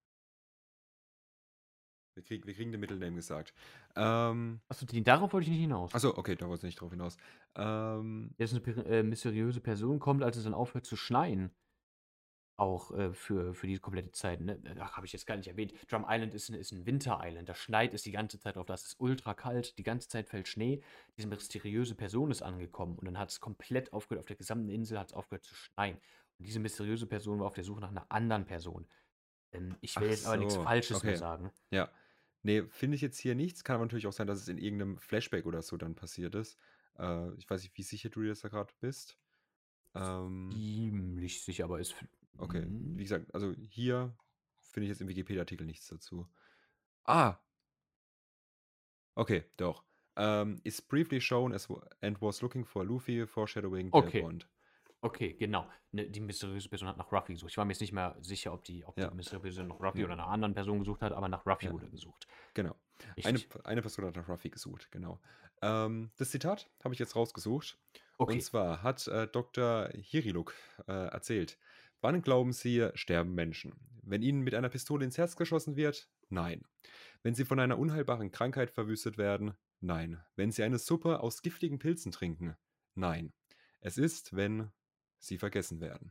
A: Wir kriegen, wir kriegen den Mittelname gesagt. Ähm,
B: Achso, die- darauf wollte ich nicht hinaus.
A: achso, okay, da wollte ich nicht drauf hinaus. Ähm,
B: Jetzt eine per- äh, mysteriöse Person kommt, als es dann aufhört zu schneien. Auch äh, für, für die komplette Zeit. Ne? Ach, habe ich jetzt gar nicht erwähnt. Drum Island ist, ein- ist ein Winter-Island. Da schneit es die ganze Zeit drauf. Da ist es ultra kalt. Die ganze Zeit fällt Schnee. Diese mysteriöse Person ist angekommen. Und dann hat es komplett aufgehört. Auf der gesamten Insel hat es aufgehört zu schneien. Und diese mysteriöse Person war auf der Suche nach einer anderen Person. Ähm, ich will
A: ach
B: jetzt aber nichts
A: so,
B: Falsches mehr
A: okay.
B: sagen.
A: Ja. Nee, finde ich jetzt hier nichts. Kann aber natürlich auch sein, dass es in irgendeinem Flashback oder so dann passiert ist. Äh, ich weiß nicht, wie sicher du dir das da gerade bist. Ähm,
B: Ziemlich sicher, aber ist
A: Okay, wie
B: Mhm.
A: gesagt, also hier finde ich jetzt im Wikipedia-Artikel nichts dazu. Ah, okay, doch. Ähm, is briefly shown as w- and was looking for Luffy, foreshadowing their
B: Okay,
A: bond.
B: okay, genau. Ne, die mysteriöse Person hat nach Ruffy gesucht. Ich war mir jetzt nicht mehr sicher, ob die, ob die
A: Ja,
B: mysteriöse Person nach Ruffy
A: ja,
B: oder einer anderen Person gesucht hat, aber nach Ruffy
A: ja,
B: wurde gesucht.
A: genau. Eine,
B: Richtig.
A: eine Person hat nach Ruffy gesucht, genau. Ähm, das Zitat habe ich jetzt rausgesucht. Und
B: Okay.
A: zwar hat äh, Doktor Hiriluk äh, erzählt: Wann glauben Sie, sterben Menschen? Wenn ihnen mit einer Pistole ins Herz geschossen wird? Nein. Wenn sie von einer unheilbaren Krankheit verwüstet werden? Nein. Wenn sie eine Suppe aus giftigen Pilzen trinken? Nein. Es ist, wenn sie vergessen werden.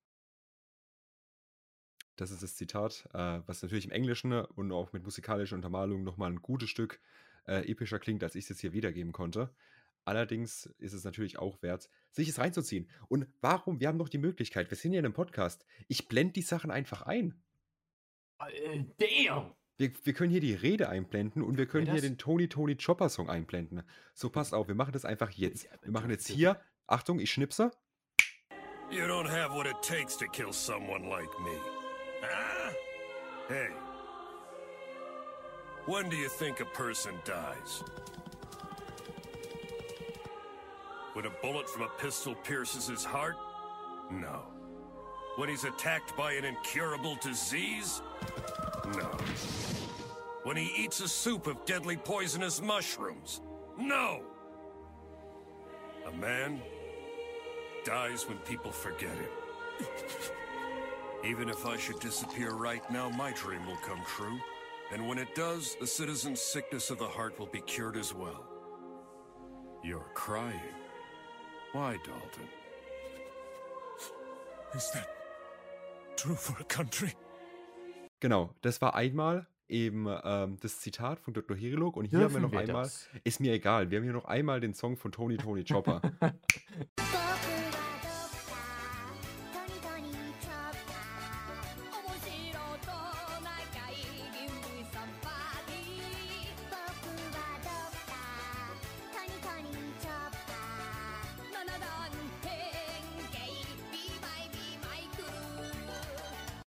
A: Das ist das Zitat, äh, was natürlich im Englischen und auch mit musikalischer Untermalung nochmal ein gutes Stück äh, epischer klingt, als ich es jetzt hier wiedergeben konnte. Allerdings ist es natürlich auch wert, sich es reinzuziehen. Und warum? Wir haben doch die Möglichkeit, wir sind hier in einem Podcast. Ich blende die Sachen einfach ein.
B: Äh, damn!
A: Wir, wir können hier die Rede einblenden und wir
B: Dürfen wir
A: können hier
B: das?
A: den Tony Tony Chopper Song einblenden. So, passt auf, wir machen das einfach jetzt. Wir machen
B: Dürfen,
A: jetzt
B: dürfen.
A: hier, Achtung, ich schnipse.
C: You don't have what it takes to kill someone like me. Huh? Hey. When do you think a person dies? When a bullet from a pistol pierces his heart? No. When he's attacked by an incurable disease? No. When he eats a soup of deadly poisonous mushrooms? No. A man dies when people forget him. Even if I should disappear right now, my dream will come true. And when it does, the citizen's sickness of the heart will be cured as well. You're crying. Why, Dalton?
D: Is that true for a country?
A: Genau, das war einmal eben ähm, das Zitat von Doktor Hiriluk und hier haben wir
B: Dürfen
A: noch
B: wir
A: einmal,
B: das?
A: ist mir egal, wir haben hier noch einmal den Song von Tony Tony Chopper.
E: 僕がドクタートニトニチョッパー面白と仲いい人類サンパーティー僕はドクタートニトニチョッパー七段変形 Be my be my crew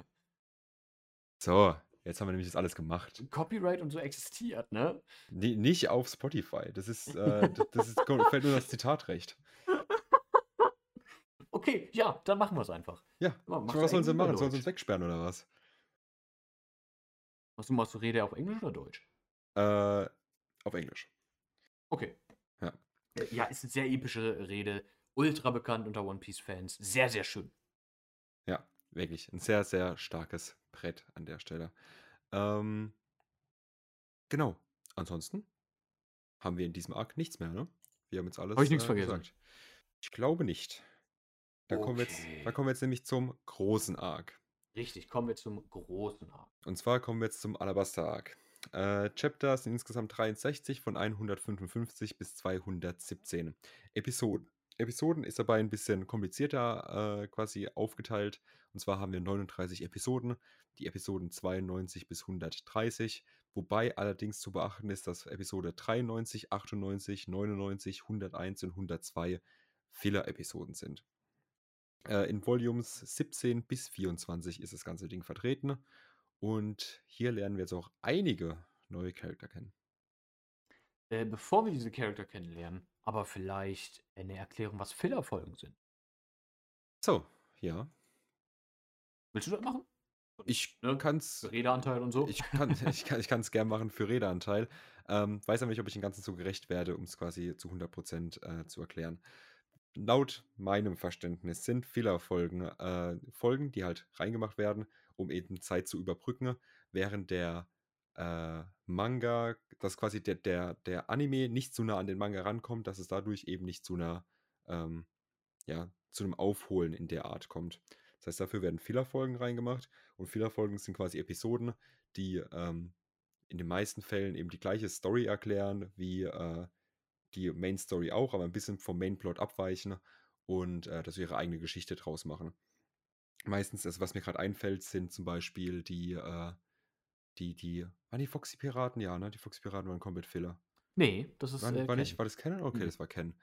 A: So, jetzt haben wir nämlich das alles gemacht.
B: Copyright und so existiert, ne?
A: Ni- nicht auf Spotify, das ist, äh, das, das ist, fällt nur das Zitatrecht.
B: Okay, ja, dann machen wir es einfach.
A: Ja,
B: Mach- machst
A: was
B: du
A: sollen sie
B: Englisch oder
A: machen? Sollen sie
B: Deutsch?
A: uns wegsperren oder was?
B: Machst du, machst du Rede auf Englisch oder Deutsch?
A: Äh, auf Englisch.
B: Okay.
A: Ja.
B: Äh, Ja, ist eine sehr epische Rede. Ultra bekannt unter One Piece-Fans. Sehr, sehr schön.
A: Ja, wirklich. Ein sehr, sehr starkes Brett an der Stelle. Ähm, genau. Ansonsten haben wir in diesem Arc nichts mehr, ne? Wir haben jetzt alles
B: Hab ich nichts
A: äh,
B: vergessen?
A: gesagt. Ich glaube nicht. Da, kommen wir jetzt,
B: Okay.
A: da kommen wir jetzt nämlich zum großen Arc.
B: Richtig, kommen wir zum großen Arc.
A: Und zwar kommen wir jetzt zum Alabaster Arc. Äh, Chapter sind insgesamt dreiundsechzig von hundertfünfundfünfzig bis zweihundertsiebzehn Episoden. Episoden ist dabei ein bisschen komplizierter äh, quasi aufgeteilt. Und zwar haben wir neununddreißig Episoden, die Episoden zweiundneunzig bis hundertdreißig. Wobei allerdings zu beachten ist, dass Episode dreiundneunzig, achtundneunzig, neunundneunzig, hunderteins und hundertzwei Filler-Episoden sind. Äh, in Volumes siebzehn bis vierundzwanzig ist das ganze Ding vertreten. Und hier lernen wir jetzt auch einige neue Charakter kennen.
B: Äh, bevor wir diese Charakter kennenlernen, aber vielleicht eine Erklärung, was Filler-Folgen sind.
A: So, ja.
B: Willst du das machen?
A: Ich
B: Ne?
A: kann's.
B: Für Redeanteil und so?
A: Ich kann ich kann ich kann's gern machen für Redeanteil. Ähm, weiß aber nicht, ob ich den ganzen so gerecht werde, um es quasi zu hundert Prozent äh, zu erklären. Laut meinem Verständnis sind Filler-Folgen äh, Folgen, die halt reingemacht werden, um eben Zeit zu überbrücken, während der äh, Manga, dass quasi der, der, der Anime nicht zu nah an den Manga rankommt, dass es dadurch eben nicht zu einer, ähm, ja, zu einem Aufholen in der Art kommt. Das heißt, dafür werden Filler-Folgen reingemacht und Filler-Folgen sind quasi Episoden, die ähm, in den meisten Fällen eben die gleiche Story erklären wie äh, die Main Story auch, aber ein bisschen vom Mainplot abweichen und äh, dass sie ihre eigene Geschichte draus machen. Meistens, also was mir gerade einfällt, sind zum Beispiel die, äh, die, die, waren die Foxy-Piraten? Ja, ne? Die Foxy-Piraten waren Combat Filler.
B: Nee, das ist
A: War,
B: äh,
A: war nicht,
B: Ken.
A: war das Canon? Okay,
B: Nee.
A: das war Ken.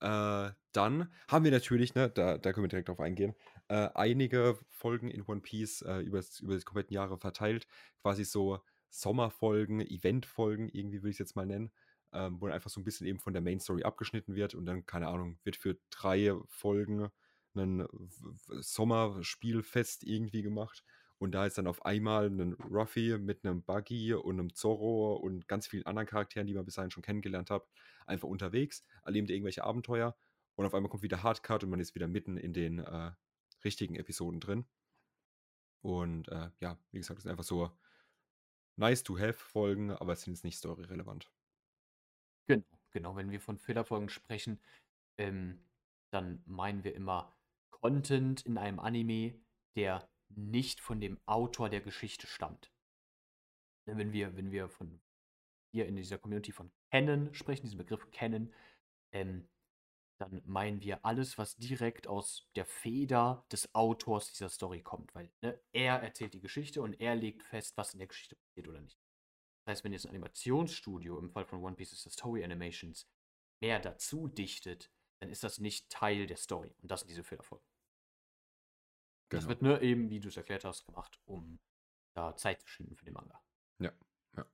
A: Äh, dann haben wir natürlich, ne, da, da können wir direkt drauf eingehen, äh, einige Folgen in One Piece äh, über, über die kompletten Jahre verteilt. Quasi so Sommerfolgen, Eventfolgen, irgendwie würde ich es jetzt mal nennen, ähm, wo dann einfach so ein bisschen eben von der Main Story abgeschnitten wird und dann, keine Ahnung, wird für drei Folgen ein w- w- Sommerspielfest irgendwie gemacht. Und da ist dann auf einmal ein Ruffy mit einem Buggy und einem Zorro und ganz vielen anderen Charakteren, die man bis dahin schon kennengelernt hat, einfach unterwegs, erlebt irgendwelche Abenteuer und auf einmal kommt wieder Hardcut und man ist wieder mitten in den äh, richtigen Episoden drin. Und äh, ja, wie gesagt, das sind einfach so nice-to-have-Folgen, aber es sind jetzt nicht storyrelevant.
B: Genau, genau. Wenn wir von Filler-Folgen sprechen, ähm, dann meinen wir immer Content in einem Anime, der nicht von dem Autor der Geschichte stammt. Denn Wenn wir, wenn wir von hier in dieser Community von Canon sprechen, diesen Begriff Canon, ähm, dann meinen wir alles, was direkt aus der Feder des Autors dieser Story kommt. Weil ne, er erzählt die Geschichte und er legt fest, was in der Geschichte passiert oder nicht. Das heißt, wenn jetzt ein Animationsstudio, im Fall von One Piece ist das Toei Animations, mehr dazu dichtet, dann ist das nicht Teil der Story. Und das sind diese Fehlerfolgen. Das
A: Genau.
B: wird nur eben, wie du es erklärt hast, gemacht, um da Zeit zu schinden für den Manga.
A: Ja, ja.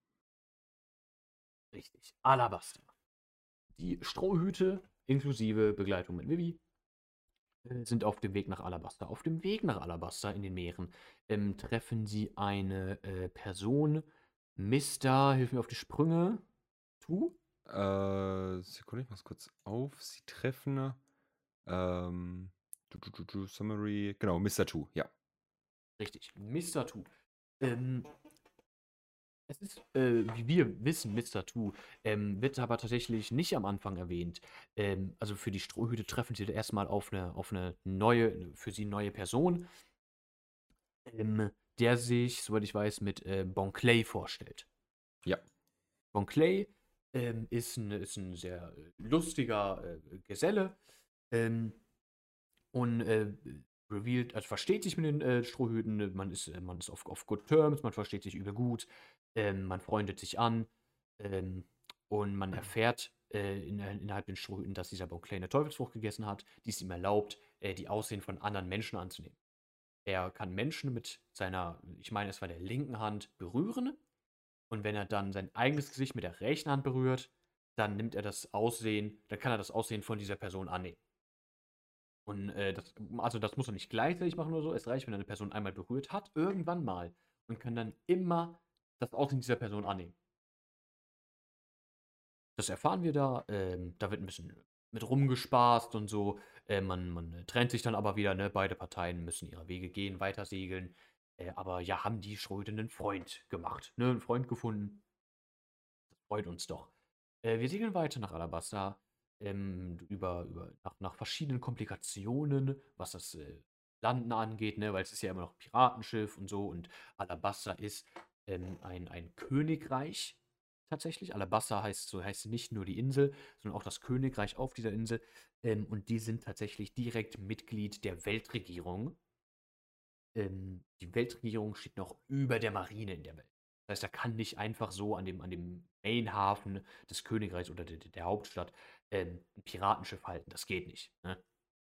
B: Richtig. Alabasta. Die Strohhüte inklusive Begleitung mit Vivi äh, sind auf dem Weg nach Alabasta. Auf dem Weg nach Alabasta in den Meeren ähm, treffen sie eine äh, Person, Mister, hilf mir auf die Sprünge, Tu?
A: Äh, Sekunde, ich mach's kurz auf. Sie treffen ähm, du, du, du, du, Summary, genau, Mister Two, ja.
B: Richtig, Mister Tu. Ähm, es ist, äh, wie wir wissen, Mister Tu, ähm, wird aber tatsächlich nicht am Anfang erwähnt. Ähm, also für die Strohhüte treffen sie erstmal auf eine, auf eine neue, für sie neue Person, ähm, der sich, soweit ich weiß, mit äh, Bon Clay vorstellt.
A: Ja.
B: Bon Clay ähm, ist, ein, ist ein sehr äh, lustiger äh, Geselle ähm, und äh, revealed, also versteht sich mit den äh, Strohhüten, man ist, äh, man ist auf, auf good terms, man versteht sich übel gut, ähm, man freundet sich an ähm, und man erfährt äh, in, innerhalb den Strohhüten, dass dieser Bon Clay eine Teufelsfrucht gegessen hat, die es ihm erlaubt, äh, die Aussehen von anderen Menschen anzunehmen. Er kann Menschen mit seiner, ich meine, es war der linken Hand, berühren. Und wenn er dann sein eigenes Gesicht mit der rechten Hand berührt, dann nimmt er das Aussehen, dann kann er das Aussehen von dieser Person annehmen. Und äh, das, also das muss er nicht gleichzeitig machen oder so. Es reicht, wenn er eine Person einmal berührt hat, irgendwann mal, und kann dann immer das Aussehen dieser Person annehmen. Das erfahren wir da. Ähm, da wird ein bisschen mit rumgespaßt und so. Äh, man, man trennt sich dann aber wieder, ne? Beide Parteien müssen ihre Wege gehen, weiter segeln. Äh, aber ja, haben die Schröde einen Freund gemacht, ne? Einen Freund gefunden. Das freut uns doch. Äh, wir segeln weiter nach Alabasta. Ähm, über, über, nach, nach verschiedenen Komplikationen, was das äh, Landen angeht, ne? Weil es ist ja immer noch ein Piratenschiff und so. Und Alabasta ist ähm, ein, ein Königreich tatsächlich. Alabasta heißt so heißt nicht nur die Insel, sondern auch das Königreich auf dieser Insel. Ähm, und die sind tatsächlich direkt Mitglied der Weltregierung. Ähm, die Weltregierung steht noch über der Marine in der Welt. Das heißt, da kann nicht einfach so an dem, an dem Mainhafen des Königreichs oder der, der Hauptstadt ähm, ein Piratenschiff halten. Das geht nicht. Ne?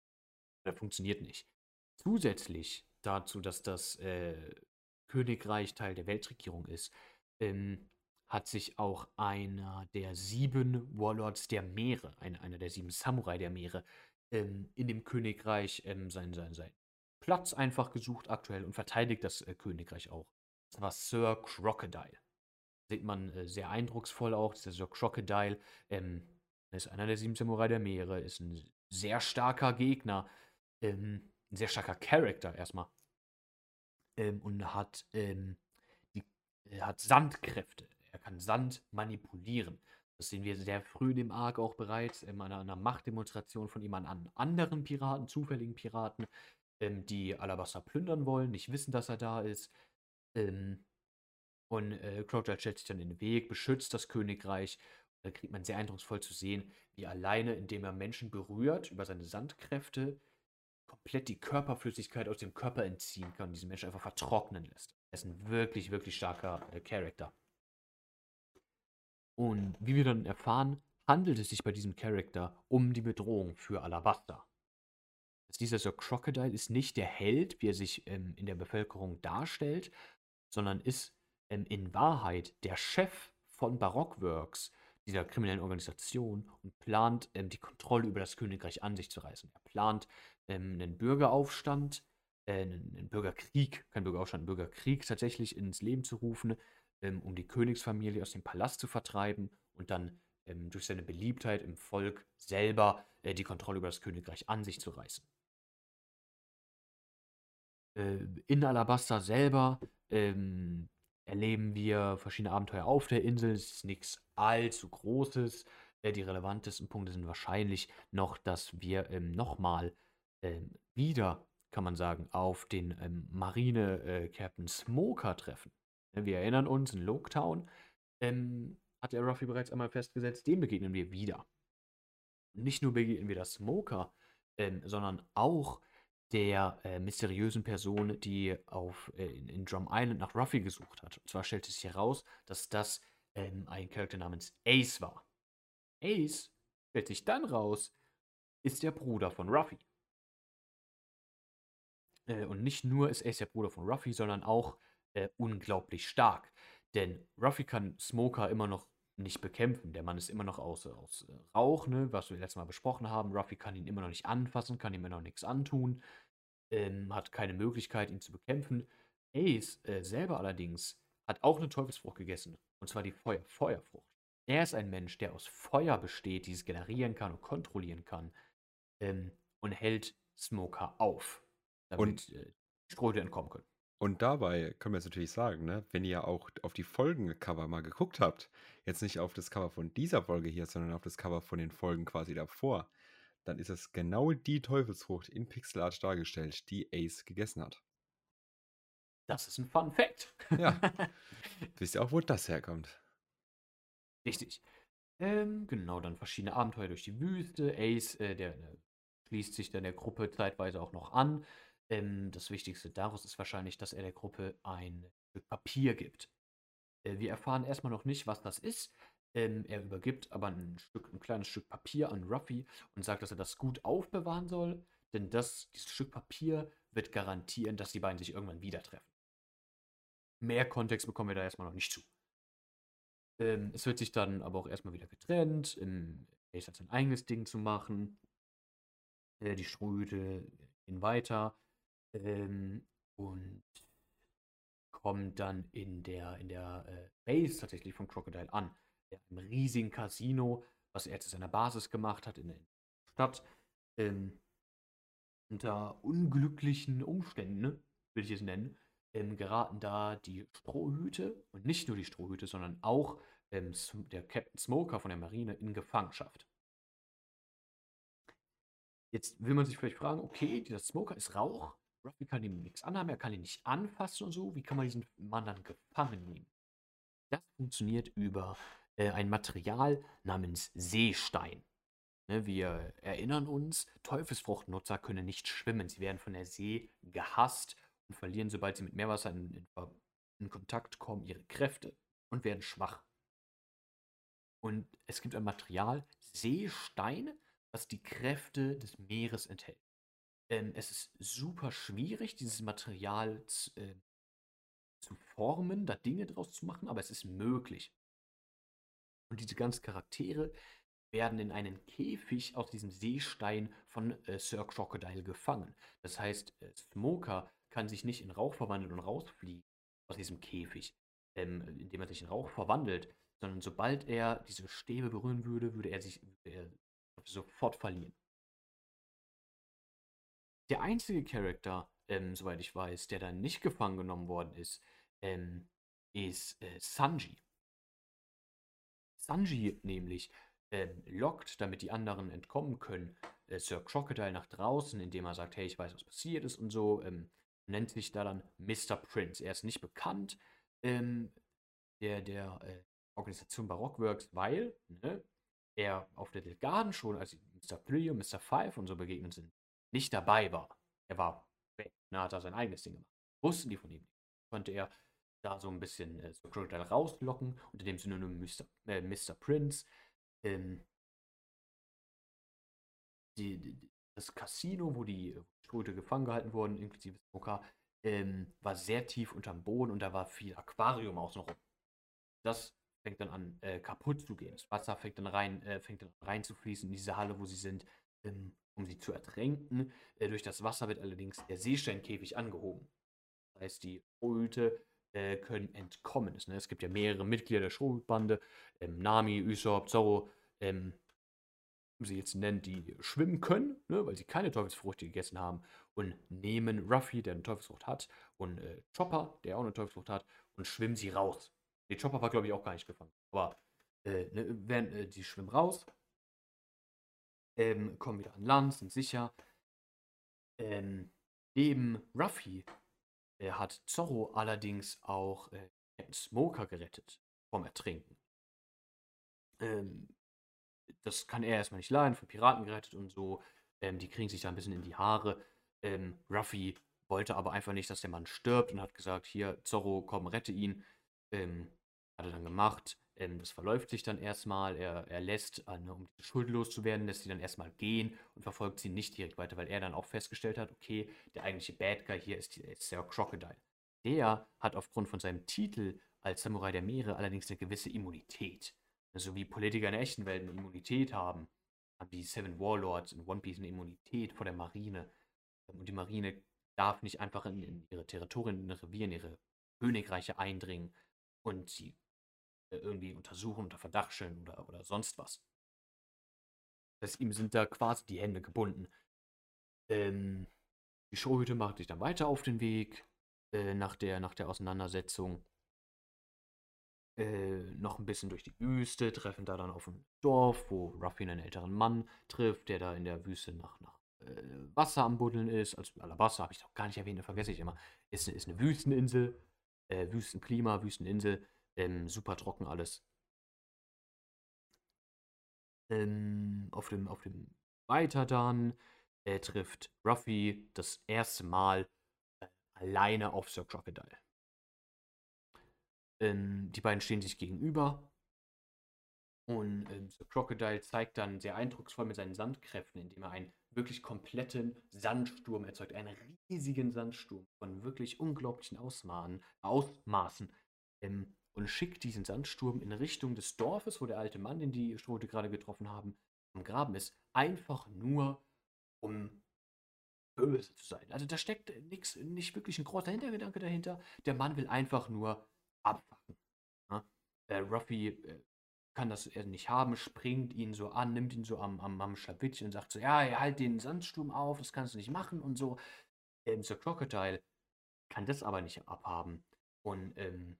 B: Das funktioniert nicht. Zusätzlich dazu, dass das äh, Königreich Teil der Weltregierung ist, ähm, hat sich auch einer der sieben Warlords der Meere, ein, einer der sieben Samurai der Meere, ähm, in dem Königreich ähm, seinen, seinen, seinen Platz einfach gesucht aktuell und verteidigt das äh, Königreich auch. Das war Sir Crocodile. Sieht man äh, sehr eindrucksvoll auch, dieser Sir Crocodile. Ähm, ist einer der sieben Samurai der Meere, ist ein sehr starker Gegner, ähm, ein sehr starker Charakter erstmal. Ähm, und hat, ähm, die, äh, hat Sandkräfte. Er kann Sand manipulieren. Das sehen wir sehr früh in dem Arc auch bereits, ähm, einer, einer Machtdemonstration von ihm an, an anderen Piraten, zufälligen Piraten, ähm, die Alabasta plündern wollen, nicht wissen, dass er da ist. Ähm, und äh, Crocodile stellt sich dann in den Weg, beschützt das Königreich. Da kriegt man sehr eindrucksvoll zu sehen, wie alleine, indem er Menschen berührt, über seine Sandkräfte, komplett die Körperflüssigkeit aus dem Körper entziehen kann und diesen Menschen einfach vertrocknen lässt. Er ist ein wirklich, wirklich starker äh, Charakter. Und wie wir dann erfahren, handelt es sich bei diesem Charakter um die Bedrohung für Alabasta. Also dieser Sir Crocodile ist nicht der Held, wie er sich ähm, in der Bevölkerung darstellt, sondern ist ähm, in Wahrheit der Chef von Barockworks, dieser kriminellen Organisation, und plant, ähm, die Kontrolle über das Königreich an sich zu reißen. Er plant ähm, einen Bürgeraufstand, äh, einen, einen Bürgerkrieg, kein Bürgeraufstand, einen Bürgerkrieg tatsächlich ins Leben zu rufen, ähm, um die Königsfamilie aus dem Palast zu vertreiben und dann ähm, durch seine Beliebtheit im Volk selber äh, die Kontrolle über das Königreich an sich zu reißen. Äh, in Alabasta selber ähm, erleben wir verschiedene Abenteuer auf der Insel. Es ist nichts allzu Großes. Äh, die relevantesten Punkte sind wahrscheinlich noch, dass wir ähm, nochmal ähm, wieder, kann man sagen, auf den ähm, Marine-Captain Smoker treffen. Äh, Wir erinnern uns, in Loketown ähm, hat der Ruffy bereits einmal festgesetzt, dem begegnen wir wieder. Nicht nur begegnen wir der Smoker, ähm, sondern auch der äh, mysteriösen Person, die auf, äh, in, in Drum Island nach Ruffy gesucht hat. Und zwar stellt es sich heraus, dass das ähm, ein Charakter namens Ace war. Ace, stellt sich dann raus, ist der Bruder von Ruffy. Äh, und nicht nur ist Ace der Bruder von Ruffy, sondern auch äh, unglaublich stark. Denn Ruffy kann Smoker immer noch nicht bekämpfen. Der Mann ist immer noch aus, aus äh, Rauch, ne, was wir letztes Mal besprochen haben. Ruffy kann ihn immer noch nicht anfassen, kann ihm immer noch nichts antun, ähm, hat keine Möglichkeit, ihn zu bekämpfen. Ace äh, selber allerdings hat auch eine Teufelsfrucht gegessen. Und zwar die Feuer Feuerfrucht. Er ist ein Mensch, der aus Feuer besteht, dieses generieren kann und kontrollieren kann. Ähm, und hält Smoker auf, damit äh, die Strohhüte entkommen können.
A: Und dabei können wir jetzt natürlich sagen, ne, wenn ihr auch auf die Folgencover mal geguckt habt, jetzt nicht auf das Cover von dieser Folge hier, sondern auf das Cover von den Folgen quasi davor, dann ist es genau die Teufelsfrucht in Pixelart dargestellt, die Ace gegessen hat.
B: Das ist ein Fun Fact.
A: Ja. Wisst ihr auch, wo das herkommt?
B: Richtig. Ähm, genau, dann verschiedene Abenteuer durch die Wüste. Ace, äh, der, der schließt sich dann der Gruppe zeitweise auch noch an. Ähm, das Wichtigste daraus ist wahrscheinlich, dass er der Gruppe ein Stück Papier gibt. Äh, wir erfahren erstmal noch nicht, was das ist. Ähm, er übergibt aber ein Stück, ein kleines Stück Papier an Ruffy und sagt, dass er das gut aufbewahren soll, denn das, dieses Stück Papier wird garantieren, dass die beiden sich irgendwann wieder treffen. Mehr Kontext bekommen wir da erstmal noch nicht zu. Ähm, es wird sich dann aber auch erstmal wieder getrennt. Ähm, Ace hat sein eigenes Ding zu machen. Äh, die Strohhüte gehen weiter. Ähm, und kommt dann in der, in der äh, Base tatsächlich von Crocodile an. Der im riesigen Casino, was er zu seiner Basis gemacht hat in der Stadt. Ähm, unter unglücklichen Umständen, ne, will ich es nennen, ähm, geraten da die Strohhüte und nicht nur die Strohhüte, sondern auch ähm, der Captain Smoker von der Marine in Gefangenschaft. Jetzt will man sich vielleicht fragen, okay, dieser Smoker ist Rauch, Ruffy kann ihm nichts anhaben, er kann ihn nicht anfassen und so, wie kann man diesen Mann dann gefangen nehmen? Das funktioniert über äh, ein Material namens Seestein. Ne, wir erinnern uns, Teufelsfruchtnutzer können nicht schwimmen, sie werden von der See gehasst und verlieren, sobald sie mit Meerwasser in, in, in Kontakt kommen, ihre Kräfte und werden schwach. Und es gibt ein Material, Seestein, was die Kräfte des Meeres enthält. Ähm, es ist super schwierig, dieses Material zu, äh, zu formen, da Dinge draus zu machen, aber es ist möglich. Und diese ganzen Charaktere werden in einen Käfig aus diesem Seestein von äh, Sir Crocodile gefangen. Das heißt, äh, Smoker kann sich nicht in Rauch verwandeln und rausfliegen aus diesem Käfig, ähm, indem er sich in Rauch verwandelt, sondern sobald er diese Stäbe berühren würde, würde er sich würde er sofort verlieren. Der einzige Charakter, ähm, soweit ich weiß, der dann nicht gefangen genommen worden ist, ähm, ist äh, Sanji. Sanji nämlich ähm, lockt, damit die anderen entkommen können, äh, Sir Crocodile nach draußen, indem er sagt, hey, ich weiß, was passiert ist und so, ähm, nennt sich da dann Mister Prince. Er ist nicht bekannt ähm, der, der äh, Organisation Barockworks, weil ne, er auf der Delgaden schon, als Mister drei und Mister fünf und so begegnet sind, nicht dabei war. Er war weg, ne, hat er sein eigenes Ding gemacht. Wussten die von ihm nicht. Konnte er da so ein bisschen äh, so Crocodile rauslocken, unter dem Synonym Mister, äh, Mister Prince. Ähm, die, die, das Casino, wo die Strohhüte gefangen gehalten wurden, inklusive Smoker, ähm, war sehr tief unterm Boden und da war viel Aquarium außenrum. Das fängt dann an, äh, kaputt zu gehen. Das Wasser fängt dann rein, äh, fängt dann rein zu fließen in diese Halle, wo sie sind, ähm, um sie zu ertränken. Äh, durch das Wasser wird allerdings der Seesternkäfig angehoben. Das heißt, die Strohhüte äh, können entkommen. Es, ne? Es gibt ja mehrere Mitglieder der Strohhutbande, ähm, Nami, Usopp, Zorro, ähm, um sie jetzt nennen, die schwimmen können, ne, weil sie keine Teufelsfrucht gegessen haben und nehmen Ruffy, der eine Teufelsfrucht hat, und äh, Chopper, der auch eine Teufelsfrucht hat, und schwimmen sie raus. Der Chopper war, glaube ich, auch gar nicht gefangen. Aber äh, ne, werden, äh, die schwimmen raus, ähm, kommen wieder an Land, sind sicher. Ähm, neben Ruffy äh, hat Zorro allerdings auch äh, Captain Smoker gerettet vom Ertrinken. Ähm, das kann er erstmal nicht leiden, von Piraten gerettet und so. Ähm, die kriegen sich da ein bisschen in die Haare. Ähm, Ruffy wollte aber einfach nicht, dass der Mann stirbt und hat gesagt, hier, Zorro, komm, rette ihn. Ähm, hat er dann gemacht. Ähm, das verläuft sich dann erstmal. Er, er lässt, äh, ne, um die Schuld loszuwerden, lässt sie dann erstmal gehen und verfolgt sie nicht direkt weiter, weil er dann auch festgestellt hat, okay, der eigentliche Bad Guy hier ist, ist der Crocodile. Der hat aufgrund von seinem Titel als Samurai der Meere allerdings eine gewisse Immunität. So wie Politiker in der echten Welt eine Immunität haben, haben die Seven Warlords in One Piece eine Immunität vor der Marine. Und die Marine darf nicht einfach in, in ihre Territorien, in ihre Reviere, in ihre Königreiche eindringen und sie äh, irgendwie untersuchen, unter Verdacht stellen oder, oder sonst was. Das heißt, ihm sind da quasi die Hände gebunden. Ähm, die Strohhüte machen sich dann weiter auf den Weg äh, nach, der, nach der Auseinandersetzung. Äh, noch ein bisschen durch die Wüste, treffen da dann auf ein Dorf, wo Ruffy einen älteren Mann trifft, der da in der Wüste nach, nach äh, Wasser am Buddeln ist. Also Alabasta habe ich doch gar nicht erwähnt, das vergesse ich immer. Ist, ist eine Wüsteninsel, äh, Wüstenklima, Wüsteninsel, ähm, super trocken alles. Ähm, auf dem, auf dem Weiter dann äh, trifft Ruffy das erste Mal äh, alleine auf Sir Crocodile. Ähm, die beiden stehen sich gegenüber. Und ähm, Sir Crocodile zeigt dann sehr eindrucksvoll mit seinen Sandkräften, indem er einen wirklich kompletten Sandsturm erzeugt. Einen riesigen Sandsturm von wirklich unglaublichen Ausmaßen, Ausmaßen. Ähm, und schickt diesen Sandsturm in Richtung des Dorfes, wo der alte Mann, den die Strohhüte gerade getroffen haben, am Graben ist. Einfach nur, um böse zu sein. Also da steckt nix, nicht wirklich ein großer Hintergedanke dahinter. Der Mann will einfach nur abfacken. Ja? Äh, Ruffy äh, kann das er nicht haben, springt ihn so an, nimmt ihn so am, am, am Schlawittchen und sagt so, ja, halt den Sandsturm auf, das kannst du nicht machen und so. Ähm, Sir Crocodile kann das aber nicht abhaben und ähm,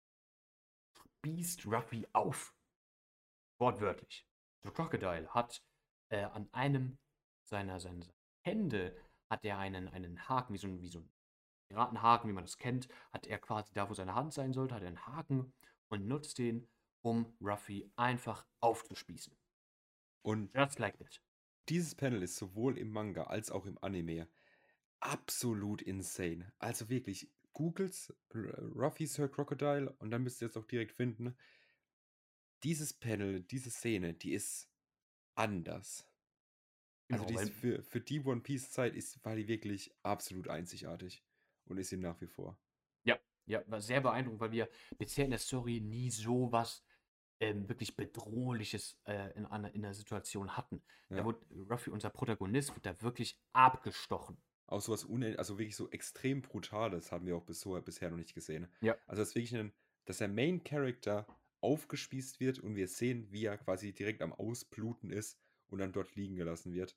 B: spießt Ruffy auf. Wortwörtlich. Sir Crocodile hat äh, an einem seiner, seiner Hände hat er einen, einen Haken, wie so ein, wie so ein Piratenhaken, wie man das kennt, hat er quasi da, wo seine Hand sein sollte, hat er einen Haken und nutzt den, um Ruffy einfach aufzuspießen.
A: Und
B: Just like that.
A: dieses Panel ist sowohl im Manga als auch im Anime absolut insane. Also wirklich, googles Ruffy Sir Crocodile und dann müsst ihr es auch direkt finden. Dieses Panel, diese Szene, die ist anders. Also
B: Genau,
A: die ist
B: weil,
A: für, für die One Piece Zeit ist, war die wirklich absolut einzigartig. Und ist sie nach wie vor.
B: ja, ja, war sehr beeindruckend, weil wir bisher in der Story nie so was ähm, wirklich Bedrohliches äh, in, einer, in einer Situation hatten. Da
A: Ja.
B: wurde Ruffy, unser Protagonist, wird da wirklich abgestochen.
A: Auch sowas unend also wirklich so extrem Brutales haben wir auch bis so, bisher noch nicht gesehen.
B: Ja.
A: Also das ist wirklich ein, dass der Main Character aufgespießt wird und wir sehen, wie er quasi direkt am Ausbluten ist und dann dort liegen gelassen wird,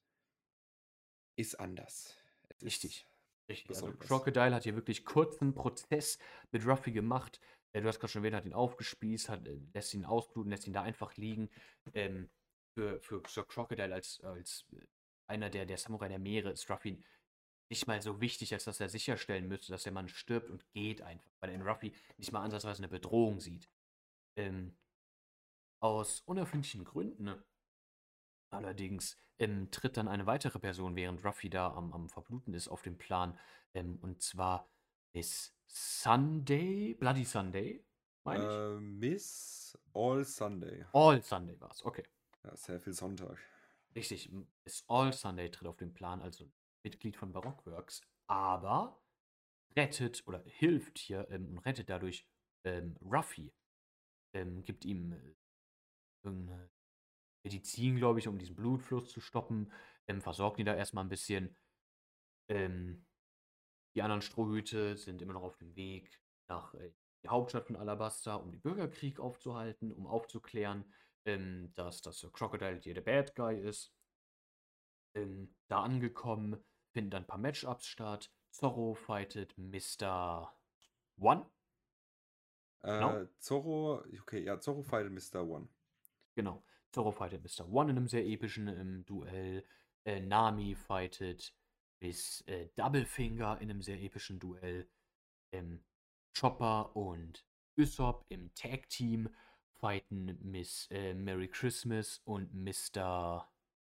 A: ist anders. Es ist
B: Richtig. Richtig. Also
A: besonders.
B: Crocodile hat hier wirklich kurzen Prozess mit Ruffy gemacht. Äh, du hast gerade schon erwähnt, hat ihn aufgespießt, hat, äh, lässt ihn ausbluten, lässt ihn da einfach liegen. Ähm, für, für Sir Crocodile als, als äh, einer der, der Samurai der Meere ist Ruffy nicht mal so wichtig, als dass er sicherstellen müsste, dass der Mann stirbt und geht einfach, weil er in Ruffy nicht mal ansatzweise eine Bedrohung sieht. Ähm, aus unerfindlichen Gründen, ne? Allerdings ähm, tritt dann eine weitere Person, während Ruffy da am, am Verbluten ist, auf den Plan. Ähm, und zwar ist Sunday, Bloody Sunday, meine ich?
A: Äh, Miss All Sunday.
B: All Sunday war es, okay.
A: Ja, sehr viel Sonntag.
B: Richtig, m- ist All Sunday tritt auf den Plan, also Mitglied von Barockworks, aber rettet oder hilft hier ähm, und rettet dadurch ähm, Ruffy. Ähm, gibt ihm äh, irgendeine Medizin, glaube ich, um diesen Blutfluss zu stoppen. Ähm, versorgt ihn da erstmal ein bisschen. Ähm, die anderen Strohhüte sind immer noch auf dem Weg nach äh, die Hauptstadt von Alabasta, um den Bürgerkrieg aufzuhalten, um aufzuklären, ähm, dass das Crocodile hier der Bad Guy ist. Ähm, da angekommen, finden dann ein paar Matchups statt. Zorro fightet Mister One. Genau,
A: Äh, Zorro, okay, ja, Zorro fightet Mister One.
B: genau. Zorro fightet Mister One in einem sehr epischen ähm, Duell. Äh, Nami fightet bis äh, Doublefinger in einem sehr epischen Duell. Ähm, Chopper und Usopp im Tag-Team fighten Miss äh, Merry Christmas und Mister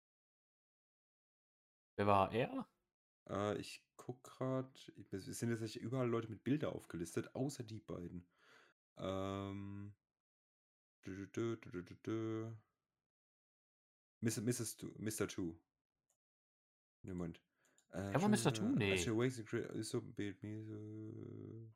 B: Wer war er?
A: Äh, ich guck gerade, es sind jetzt nicht überall Leute mit Bilder aufgelistet, außer die beiden. Ähm, dü, dü, dü, dü, dü, dü, dü. Miss- Misses Two, Mister Two. Ne, Moment. Äh,
B: Er war Mister Two?
A: Äh,
B: Nee.
A: Asher Wakes the Cre- ist so Bild me so.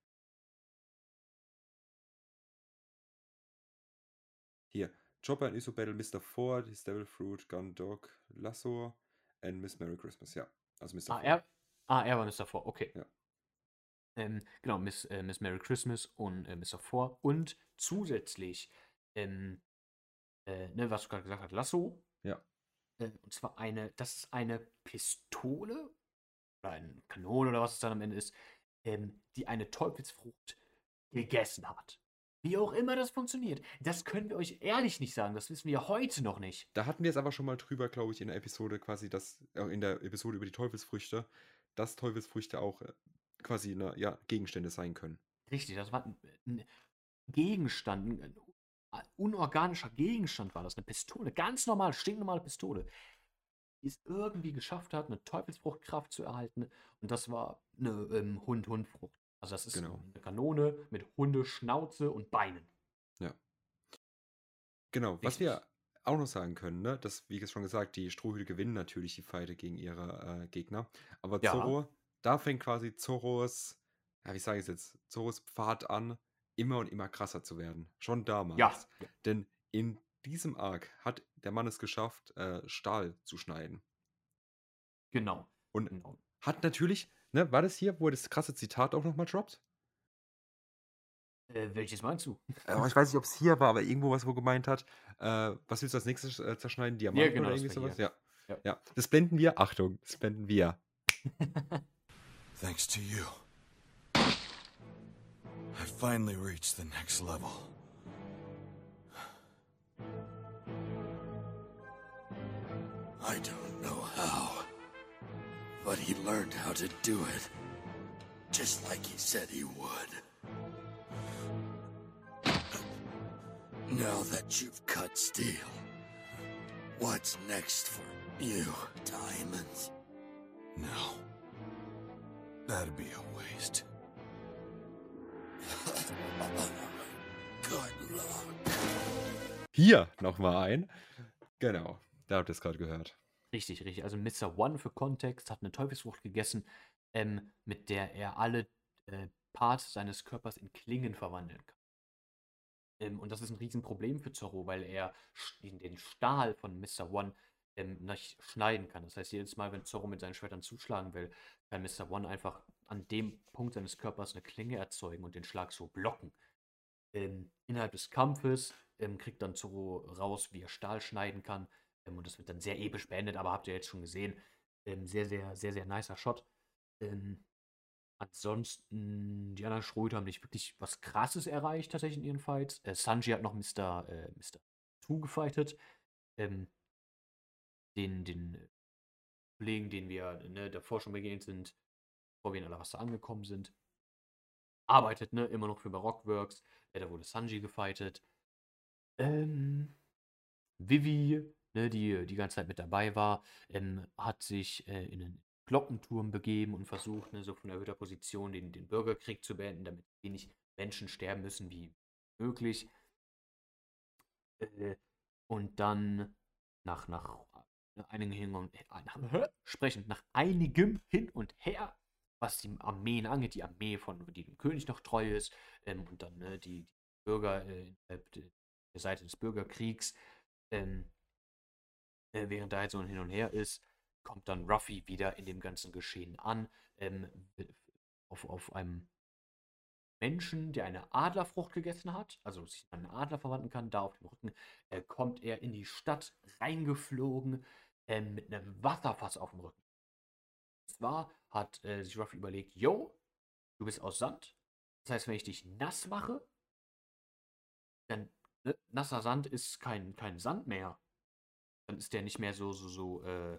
A: Hier. Chopper and Iso battle Mister Ford, his Devil Fruit, Gun Dog, Lasso and Miss Merry Christmas. Ja, also Mister
B: Ah,
A: Four.
B: er, ah, er war Mister Four, okay.
A: Ja.
B: Ähm, genau, Miss, äh, Miss Merry Christmas und äh, Mister Four. Und zusätzlich, ähm, äh, ne, was du gerade gesagt hast, Lasso.
A: Ja.
B: Äh, und zwar eine, das ist eine Pistole oder eine Kanone oder was es dann am Ende ist, ähm, die eine Teufelsfrucht gegessen hat. Wie auch immer das funktioniert, das können wir euch ehrlich nicht sagen. Das wissen wir heute noch nicht.
A: Da hatten wir es aber schon mal drüber, glaube ich, in der Episode quasi, dass, äh, in der Episode über die Teufelsfrüchte, dass Teufelsfrüchte auch äh, quasi ne, ja, Gegenstände sein können.
B: Richtig, das war ein, ein Gegenstand, ein, ein unorganischer Gegenstand war das. Eine Pistole, ganz normal, stinknormale Pistole, die es irgendwie geschafft hat, eine Teufelsfruchtkraft zu erhalten. Und das war eine ähm, Hund-Hund-Frucht. Also das ist
A: Genau.
B: eine Kanone mit Hundeschnauze und Beinen.
A: Ja. Genau, was
B: Richtig.
A: wir auch noch sagen können, ne, dass, wie schon gesagt, die Strohhüte gewinnen natürlich die Fighte gegen ihre äh, Gegner. Aber
B: Ja.
A: Zorro, da fängt quasi Zorros, ja, wie sage ich es jetzt, Zorros Pfad an, immer und immer krasser zu werden. Schon damals.
B: Ja.
A: Denn in diesem Arc hat der Mann es geschafft, äh, Stahl zu schneiden.
B: Genau.
A: Und
B: genau.
A: hat natürlich, ne, war das hier, wo er das krasse Zitat auch nochmal droppt?
B: Äh, welches meinst du?
A: Äh, ich weiß nicht, ob es hier war, aber irgendwo was, wo gemeint hat, äh, was willst du als nächstes äh, zerschneiden? Diamanten
B: Ja, genau,
A: oder
B: das
A: irgendwie
B: war
A: sowas?
B: hier.
A: Ja.
B: Ja.
A: Ja. Das blenden wir, Achtung, das blenden wir.
D: Thanks to you, I finally reached the next level. I don't know how, but he learned how to do it, just like he said he would. Now that you've cut steel, what's next for you, Diamonds? No. That'd be a waste. Good luck.
A: Hier nochmal ein. Genau, da habt ihr es gerade gehört.
B: Richtig, richtig. Also Mister One für Kontext hat eine Teufelsfrucht gegessen, ähm, mit der er alle äh, Parts seines Körpers in Klingen verwandeln kann. Ähm, und das ist ein Riesenproblem für Zorro, weil er sch- den den Stahl von Mister One ähm, nicht schneiden kann. Das heißt, jedes Mal, wenn Zorro mit seinen Schwertern zuschlagen will, kann Mister One einfach an dem Punkt seines Körpers eine Klinge erzeugen und den Schlag so blocken. Ähm, innerhalb des Kampfes ähm, kriegt dann Zorro raus, wie er Stahl schneiden kann. Ähm, und das wird dann sehr episch beendet, aber habt ihr jetzt schon gesehen. Ähm, sehr, sehr, sehr, sehr nicer Shot. Ähm, ansonsten, die anderen Schröte haben nicht wirklich was Krasses erreicht, tatsächlich in ihren Fights. Äh, Sanji hat noch Mister Äh, Mister Two gefightet. Ähm, den, den Kollegen, den wir ne, davor schon begegnet sind, bevor wir in Alabasta angekommen sind. Arbeitet, ne, immer noch für Barockworks. Äh, da wurde Sanji gefightet. Ähm, Vivi, ne, die die ganze Zeit mit dabei war, ähm, hat sich äh, in einen Glockenturm begeben und versucht, ne, so von erhöhter Position den, den Bürgerkrieg zu beenden, damit wenig Menschen sterben müssen wie möglich. Äh, und dann nach, nach nach einigem Hin und her, sprechend nach einigem Hin und Her, was die Armeen angeht, die Armee von die dem König noch treu ist, ähm, und dann ne, die, die Bürger äh, innerhalb de- der Seite des Bürgerkriegs, ähm, äh, während da halt so ein Hin und Her ist, kommt dann Ruffy wieder in dem ganzen Geschehen an, ähm, auf, auf einem Menschen, der eine Adlerfrucht gegessen hat, also sich an einen Adler verwandeln kann, da auf dem Rücken, äh, kommt er in die Stadt reingeflogen, ähm, mit einem Wasserfass auf dem Rücken. Und zwar hat äh, sich Ruffy überlegt, yo, du bist aus Sand, das heißt, wenn ich dich nass mache, dann, ne, nasser Sand ist kein, kein Sand mehr. Dann ist der nicht mehr so, so, so, äh,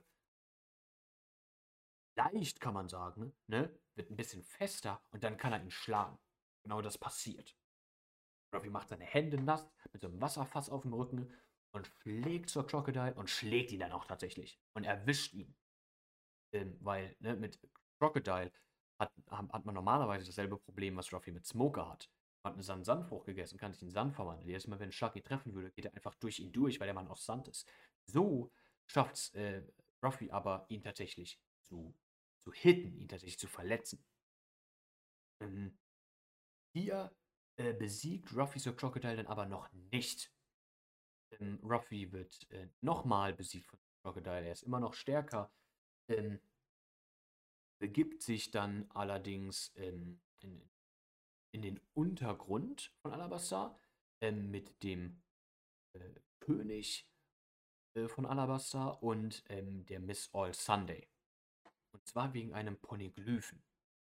B: leicht, kann man sagen, ne? Wird ein bisschen fester und dann kann er ihn schlagen. Genau das passiert. Ruffy macht seine Hände nass mit so einem Wasserfass auf dem Rücken und schlägt zur Crocodile und schlägt ihn dann auch tatsächlich und erwischt ihn. Ähm, weil ne, mit Crocodile hat, hat man normalerweise dasselbe Problem, was Ruffy mit Smoker hat. Man hat einen Sandfrucht gegessen, kann sich in Sand verwandeln. Jedes Mal, wenn ein Schlag ihn treffen würde, geht er einfach durch ihn durch, weil der Mann aus Sand ist. So schafft es äh, Ruffy aber, ihn tatsächlich zu, zu hitten, ihn tatsächlich zu verletzen. Ähm, hier äh, besiegt Ruffy so Crocodile dann aber noch nicht. Ähm, Ruffy wird äh, nochmal besiegt von Crocodile. Er ist immer noch stärker. Ähm, begibt sich dann allerdings ähm, in, in den Untergrund von Alabasta ähm, mit dem äh, König äh, von Alabasta und ähm, der Miss All Sunday. Und zwar wegen einem Poneglyphen.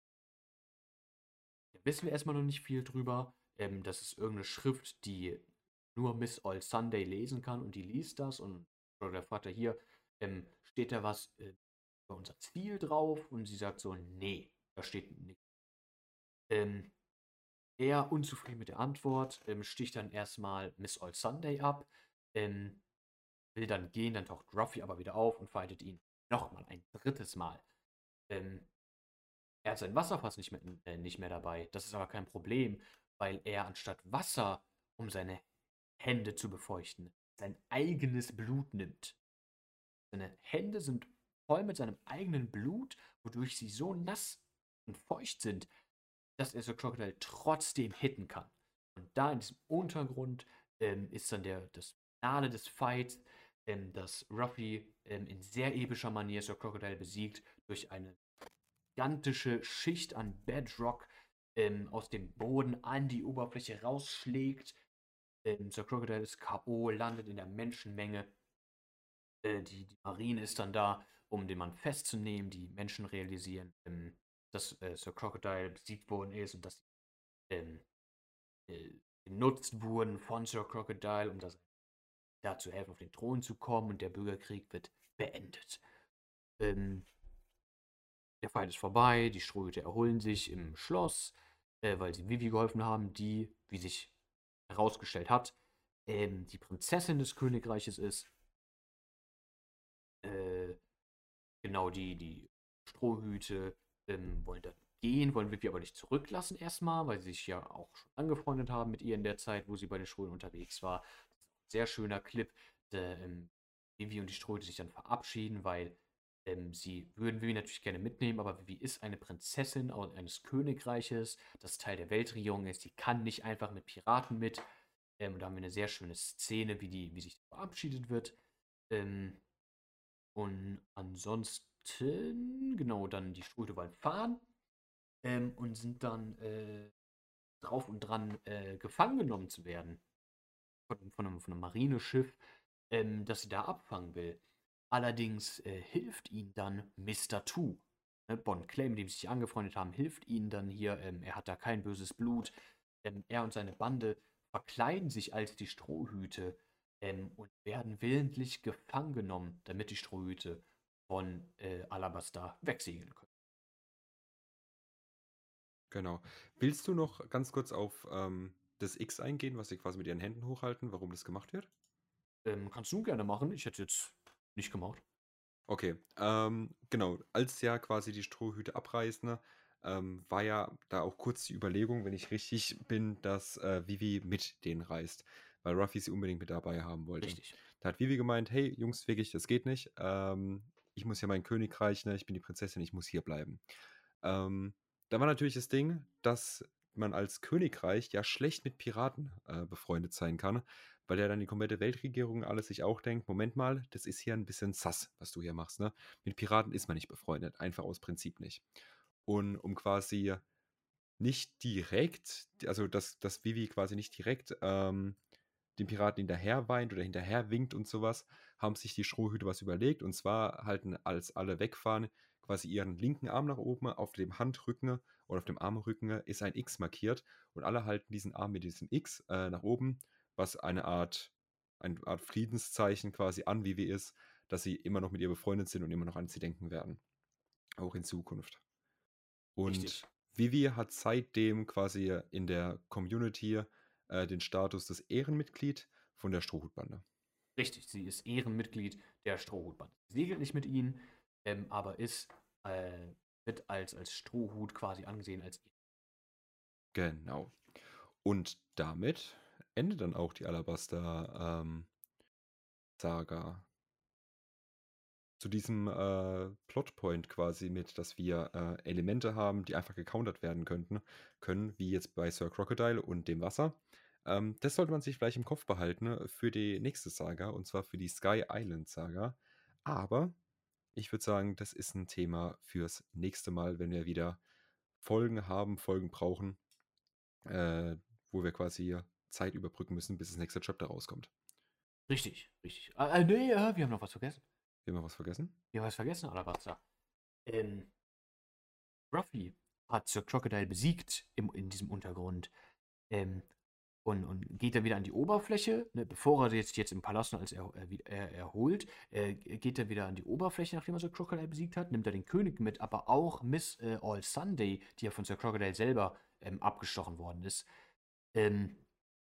B: Da wissen wir erstmal noch nicht viel drüber. Ähm, das ist irgendeine Schrift, die nur Miss All Sunday lesen kann und die liest das und oder der Vater hier, ähm, steht da was äh, über unser Ziel drauf und sie sagt so, nee, da steht nichts. Ähm, er unzufrieden mit der Antwort, ähm, sticht dann erstmal Miss All Sunday ab, ähm, will dann gehen, dann taucht Ruffy aber wieder auf und fightet ihn nochmal ein drittes Mal. Ähm, er hat sein Wasserfass nicht mehr, äh, nicht mehr dabei. Das ist aber kein Problem, weil er anstatt Wasser, um seine Hände zu befeuchten, sein eigenes Blut nimmt. Seine Hände sind voll mit seinem eigenen Blut, wodurch sie so nass und feucht sind, dass er so Crocodile trotzdem hitten kann. Und da in diesem Untergrund ähm, ist dann der, das Finale des Fights, ähm, dass Ruffy ähm, in sehr epischer Manier so Crocodile besiegt durch eine gigantische Schicht an Bedrock ähm, aus dem Boden an die Oberfläche rausschlägt. Ähm, Sir Crocodile ist K O, landet in der Menschenmenge. Äh, die, die Marine ist dann da, um den Mann festzunehmen. Die Menschen realisieren, ähm, dass äh, Sir Crocodile besiegt worden ist und dass sie ähm, äh, genutzt wurden von Sir Crocodile, um das, da zu helfen, auf den Thron zu kommen. Und der Bürgerkrieg wird beendet. Ähm, Der Fight ist vorbei, die Strohhüte erholen sich im Schloss, äh, weil sie Vivi geholfen haben, die, wie sich herausgestellt hat, ähm, die Prinzessin des Königreiches ist. Äh, genau, die, die Strohhüte ähm, wollen dann gehen, wollen Vivi aber nicht zurücklassen erstmal, weil sie sich ja auch schon angefreundet haben mit ihr in der Zeit, wo sie bei den Strohhüten unterwegs war. Sehr schöner Clip, der, ähm, Vivi und die Strohhüte sich dann verabschieden, weil ähm, sie würden Vivi natürlich gerne mitnehmen, aber Vivi ist eine Prinzessin eines Königreiches, das Teil der Weltregierung ist, die kann nicht einfach mit Piraten mit. Ähm, und da haben wir eine sehr schöne Szene, wie, die, wie sich verabschiedet wird. Ähm, und ansonsten, genau, dann die Strohhüte wollen fahren ähm, und sind dann äh, drauf und dran, äh, gefangen genommen zu werden von, von, einem, von einem Marineschiff, ähm, das sie da abfangen will. Allerdings äh, hilft ihnen dann Mister Two. Ne, Bon Clay, mit dem sie sich angefreundet haben, hilft ihnen dann hier. Ähm, er hat da kein böses Blut. Ähm, er und seine Bande verkleiden sich als die Strohhüte ähm, und werden willentlich gefangen genommen, damit die Strohhüte von äh, Alabasta wegsegeln können.
A: Genau. Willst du noch ganz kurz auf ähm, das X eingehen, was sie quasi mit ihren Händen hochhalten, warum das gemacht wird?
B: Ähm, kannst du gerne machen. Ich hätte jetzt nicht gemacht.
A: Okay, ähm, genau. Als ja quasi die Strohhüte abreißen, ne, ähm, war ja da auch kurz die Überlegung, wenn ich richtig bin, dass äh, Vivi mit denen reist. weil Ruffy sie unbedingt mit dabei haben wollte.
B: Richtig.
A: Da hat Vivi gemeint, hey Jungs, wirklich, das geht nicht. Ähm, ich muss ja mein Königreich, ne? Ich bin die Prinzessin, ich muss hier bleiben. Ähm, da war natürlich das Ding, dass man als Königreich ja schlecht mit Piraten äh, befreundet sein kann, weil ja dann die komplette Weltregierung alles sich auch denkt, Moment mal, das ist hier ein bisschen sass, was du hier machst, ne? Mit Piraten ist man nicht befreundet, einfach aus Prinzip nicht. Und um quasi nicht direkt, also dass, dass Vivi quasi nicht direkt ähm, den Piraten hinterher weint oder hinterher winkt und sowas, haben sich die Strohhüte was überlegt. Und zwar halten, als alle wegfahren, quasi ihren linken Arm nach oben, auf dem Handrücken oder auf dem Armrücken ist ein X markiert und alle halten diesen Arm mit diesem X äh, nach oben, was eine Art, eine Art Friedenszeichen quasi an Vivi ist, dass sie immer noch mit ihr befreundet sind und immer noch an sie denken werden. Auch in Zukunft. Und
B: Richtig.
A: Vivi hat seitdem quasi in der Community äh, den Status des Ehrenmitglied von der Strohhutbande.
B: Richtig, sie ist Ehrenmitglied der Strohhutbande. Sie segelt nicht mit ihnen, ähm, aber ist, äh, wird als, als Strohhut quasi angesehen als
A: Genau. Und damit endet dann auch die Alabaster ähm, Saga. Zu diesem äh, Plotpoint quasi mit, dass wir äh, Elemente haben, die einfach gecountert werden könnten, können, wie jetzt bei Sir Crocodile und dem Wasser. Ähm, das sollte man sich vielleicht im Kopf behalten, ne, für die nächste Saga, und zwar für die Sky Island Saga. Aber ich würde sagen, das ist ein Thema fürs nächste Mal, wenn wir wieder Folgen haben, Folgen brauchen, äh, wo wir quasi Zeit überbrücken müssen, bis das nächste Chapter rauskommt.
B: Richtig, richtig. Äh, äh, nee, äh, wir haben noch was vergessen.
A: Wir haben was vergessen?
B: Wir haben was vergessen, Alabaster. Ähm, Ruffy hat Sir Crocodile besiegt im, in diesem Untergrund. Ähm, und, und geht dann wieder an die Oberfläche, ne, bevor er jetzt, jetzt im Palast als er, er, er, erholt, äh, geht er wieder an die Oberfläche, nachdem er Sir Crocodile besiegt hat, nimmt er den König mit, aber auch Miss äh, All Sunday, die ja von Sir Crocodile selber ähm, abgestochen worden ist, ähm,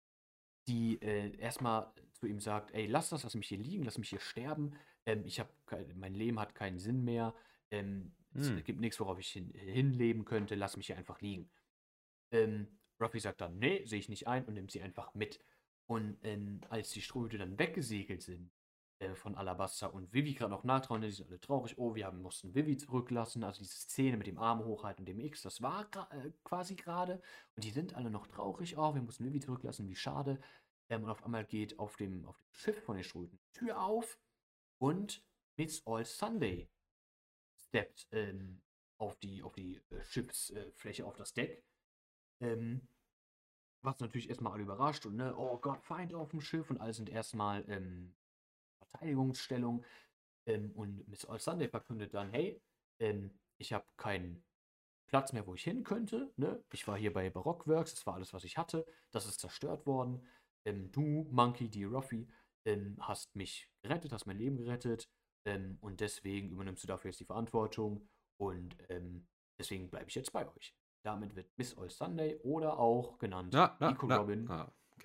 B: die äh, erstmal zu ihm sagt, ey, lass das, lass mich hier liegen, lass mich hier sterben, ähm, ich habe mein Leben hat keinen Sinn mehr, ähm,
A: Hm.
B: es gibt nichts, worauf ich hin, hinleben könnte, lass mich hier einfach liegen. Ähm, Ruffy sagt dann, nee, sehe ich nicht ein und nimmt sie einfach mit. Und ähm, als die Strohhüte dann weggesegelt sind äh, von Alabasta und Vivi gerade noch nachtrauen, die sind alle traurig, oh, wir haben, mussten Vivi zurücklassen, also diese Szene mit dem Arm hochhalten und dem X, das war äh, quasi gerade und die sind alle noch traurig, oh, wir mussten Vivi zurücklassen, wie schade. Ähm, und auf einmal geht auf dem, auf dem Schiff von den Strohhüten die Tür auf und Miss All Sunday steppt ähm, auf die, auf die äh, Schiffsfläche, äh, auf das Deck. Ähm, was natürlich erstmal alle überrascht und ne, oh Gott, Feind auf dem Schiff und alle sind erstmal ähm, Verteidigungsstellung. Ähm, und Miss All Sunday verkündet dann, hey, ähm, ich habe keinen Platz mehr, wo ich hin könnte. Ne? Ich war hier bei Barockworks, das war alles, was ich hatte. Das ist zerstört worden. Ähm, du, Monkey D. Ruffy, ähm, hast mich gerettet, hast mein Leben gerettet. Ähm, und deswegen übernimmst du dafür jetzt die Verantwortung. Und ähm, deswegen bleibe ich jetzt bei euch. Damit wird Miss All Sunday oder auch genannt
A: Na, na,
B: Nico
A: na.
B: Robin.
A: Ah, okay.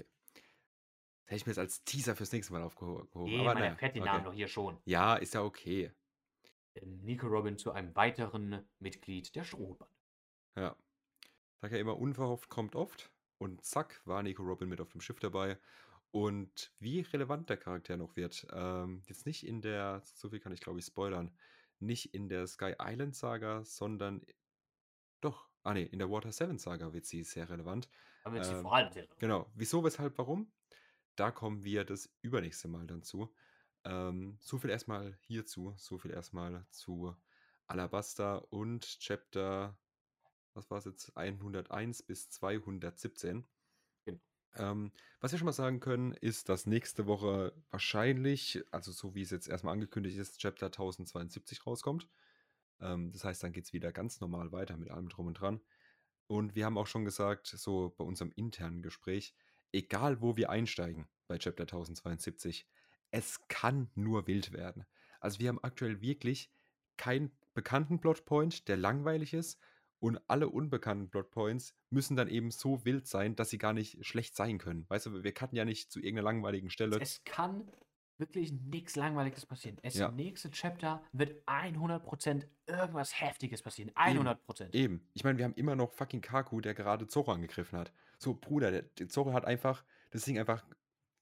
A: Das hätte ich mir jetzt als Teaser fürs nächste Mal aufgehoben.
B: Nee,
A: aber
B: man
A: naja,
B: erfährt den
A: okay.
B: Namen doch hier schon.
A: Ja, ist ja okay.
B: Ähm, Nico Robin zu einem weiteren Mitglied der Strohhutbande.
A: Ja. Sag ja immer, unverhofft kommt oft. Und zack, war Nico Robin mit auf dem Schiff dabei. Und wie relevant der Charakter noch wird, ähm, jetzt nicht in der, so viel kann ich glaube ich spoilern, nicht in der Sky Island Saga, sondern doch, ah ne, in der Water seven Saga wird sie sehr relevant.
B: Da wird sie
A: Ähm,
B: vor allem sehr relevant.
A: Genau. Wieso, weshalb, warum? Da kommen wir das übernächste Mal dann zu. Ähm, so viel erstmal hierzu, so viel erstmal zu Alabasta und Chapter, was war es jetzt, hunderteins bis zweihundertsiebzehn.
B: Genau.
A: Ähm, was wir schon mal sagen können, ist, dass nächste Woche wahrscheinlich, also so wie es jetzt erstmal angekündigt ist, Chapter tausendzweiundsiebzig rauskommt. Ähm, das heißt, dann geht es wieder ganz normal weiter mit allem drum und dran. Und wir haben auch schon gesagt, so bei unserem internen Gespräch, egal wo wir einsteigen bei Chapter tausendzweiundsiebzig, es kann nur wild werden. Also wir haben aktuell wirklich keinen bekannten Plotpoint, der langweilig ist, und alle unbekannten Plotpoints müssen dann eben so wild sein, dass sie gar nicht schlecht sein können. Weißt du, wir cutten ja nicht zu irgendeiner langweiligen Stelle.
B: Es kann wirklich nichts Langweiliges passieren. Es
A: Ja.
B: Im nächsten Chapter wird hundert Prozent irgendwas Heftiges passieren. hundert Prozent.
A: Eben. Ich meine, wir haben immer noch fucking Kaku, der gerade Zoro angegriffen hat. So, Bruder, der, der Zoro hat einfach das Ding einfach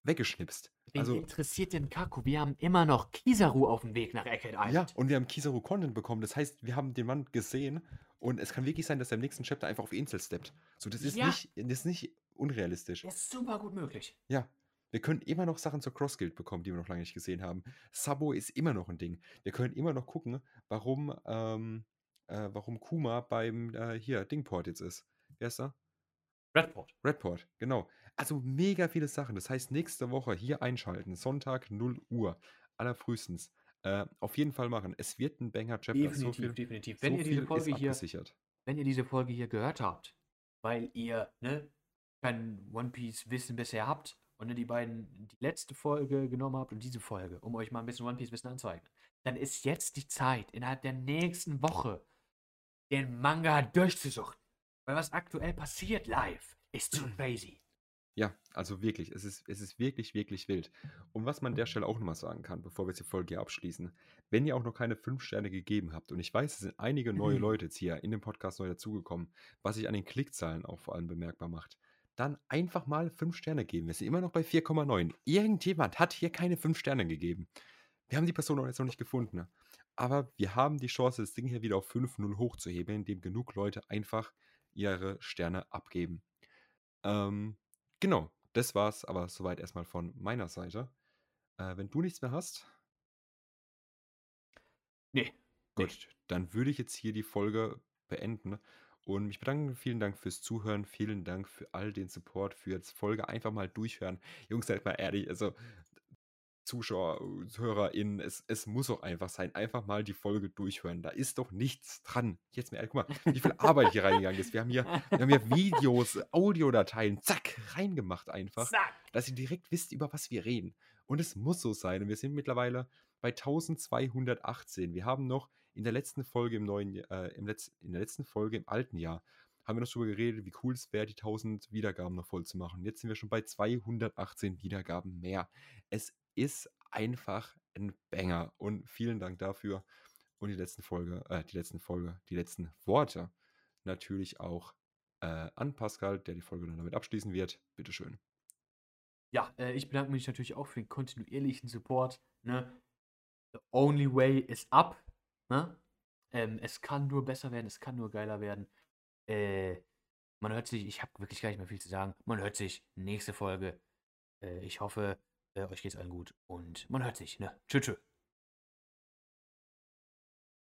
A: weggeschnipst.
B: Wen
A: Also,
B: interessiert denn Kaku? Wir haben immer noch Kizaru auf dem Weg nach Egghead
A: ja,
B: Island.
A: und wir haben Kizaru Content bekommen. Das heißt, wir haben den Mann gesehen und es kann wirklich sein, dass er im nächsten Chapter einfach auf die Insel steppt. So, das ist
B: Ja.
A: nicht, das ist nicht unrealistisch.
B: Das ist super gut möglich.
A: Ja, wir können immer noch Sachen zur Cross Guild bekommen, die wir noch lange nicht gesehen haben. Sabo ist immer noch ein Ding. Wir können immer noch gucken, warum, ähm, äh, warum Kuma beim, äh, hier, Dingport jetzt ist. Wer ist da?
B: Redport.
A: Redport, genau. Also mega viele Sachen. Das heißt, nächste Woche hier einschalten. Sonntag null Uhr. Allerfrühestens. Äh, auf jeden Fall machen. Es wird ein Banger-Chapter. So
B: Definitiv,
A: viel,
B: definitiv.
A: so
B: Wenn ihr diese
A: viel
B: Folge
A: ist
B: hier,
A: abgesichert.
B: wenn ihr diese Folge hier gehört habt, weil ihr, ne, kein One Piece Wissen bisher habt und ne, die beiden die letzte Folge genommen habt und diese Folge, um euch mal ein bisschen One Piece Wissen anzueignen, dann ist jetzt die Zeit, innerhalb der nächsten Woche den Manga durchzusuchten. Weil was aktuell passiert live, ist zu crazy.
A: Ja, also wirklich, es ist, es ist wirklich, wirklich wild. Und was man an der Stelle auch nochmal sagen kann, bevor wir jetzt die Folge hier abschließen, wenn ihr auch noch keine fünf Sterne gegeben habt, und ich weiß, es sind einige neue Leute jetzt hier in dem Podcast neu dazugekommen, was sich an den Klickzahlen auch vor allem bemerkbar macht, dann einfach mal fünf Sterne geben. Wir sind immer noch bei vier Komma neun. Irgendjemand hat hier keine fünf Sterne gegeben. Wir haben die Person auch jetzt noch nicht gefunden. Ne? Aber wir haben die Chance, das Ding hier wieder auf fünf null hochzuheben, indem genug Leute einfach ihre Sterne abgeben. Ähm, genau, das war's aber soweit erstmal von meiner Seite. Äh, wenn du nichts mehr hast,
B: Nee.
A: gut, dann würde ich jetzt hier die Folge beenden und mich bedanken. Vielen Dank fürs Zuhören, vielen Dank für all den Support, für jetzt Folge einfach mal durchhören. Jungs, seid mal ehrlich, also Zuschauer, HörerInnen, es, es muss auch einfach sein, einfach mal die Folge durchhören. Da ist doch nichts dran. Jetzt mal ehrlich, guck mal, wie viel Arbeit hier reingegangen ist. Wir haben hier, wir haben hier Videos, Audiodateien, zack, reingemacht einfach,
B: Zack.
A: dass ihr direkt wisst, über was wir reden. Und es muss so sein. Und wir sind mittlerweile bei eintausendzweihundertachtzehn. Wir haben noch in der letzten Folge im neuen, äh, im Letz-, in der letzten Folge im alten Jahr haben wir noch darüber geredet, wie cool es wäre, die tausend Wiedergaben noch voll zu machen. Jetzt sind wir schon bei zweihundertachtzehn Wiedergaben mehr. Es ist einfach ein Banger und vielen Dank dafür. Und die letzten Folge, äh, die letzten Folge, die letzten Worte natürlich auch äh, an Pascal, der die Folge dann damit abschließen wird. Bitteschön.
B: Ja, äh, ich bedanke mich natürlich auch für den kontinuierlichen Support. Ne? The only way is up. Ne? Ähm, es kann nur besser werden, es kann nur geiler werden. Äh, man hört sich, ich habe wirklich gar nicht mehr viel zu sagen. Man hört sich nächste Folge. Äh, ich hoffe, äh, euch geht's allen gut und man hört sich. Ne? Tschüss, tschüss.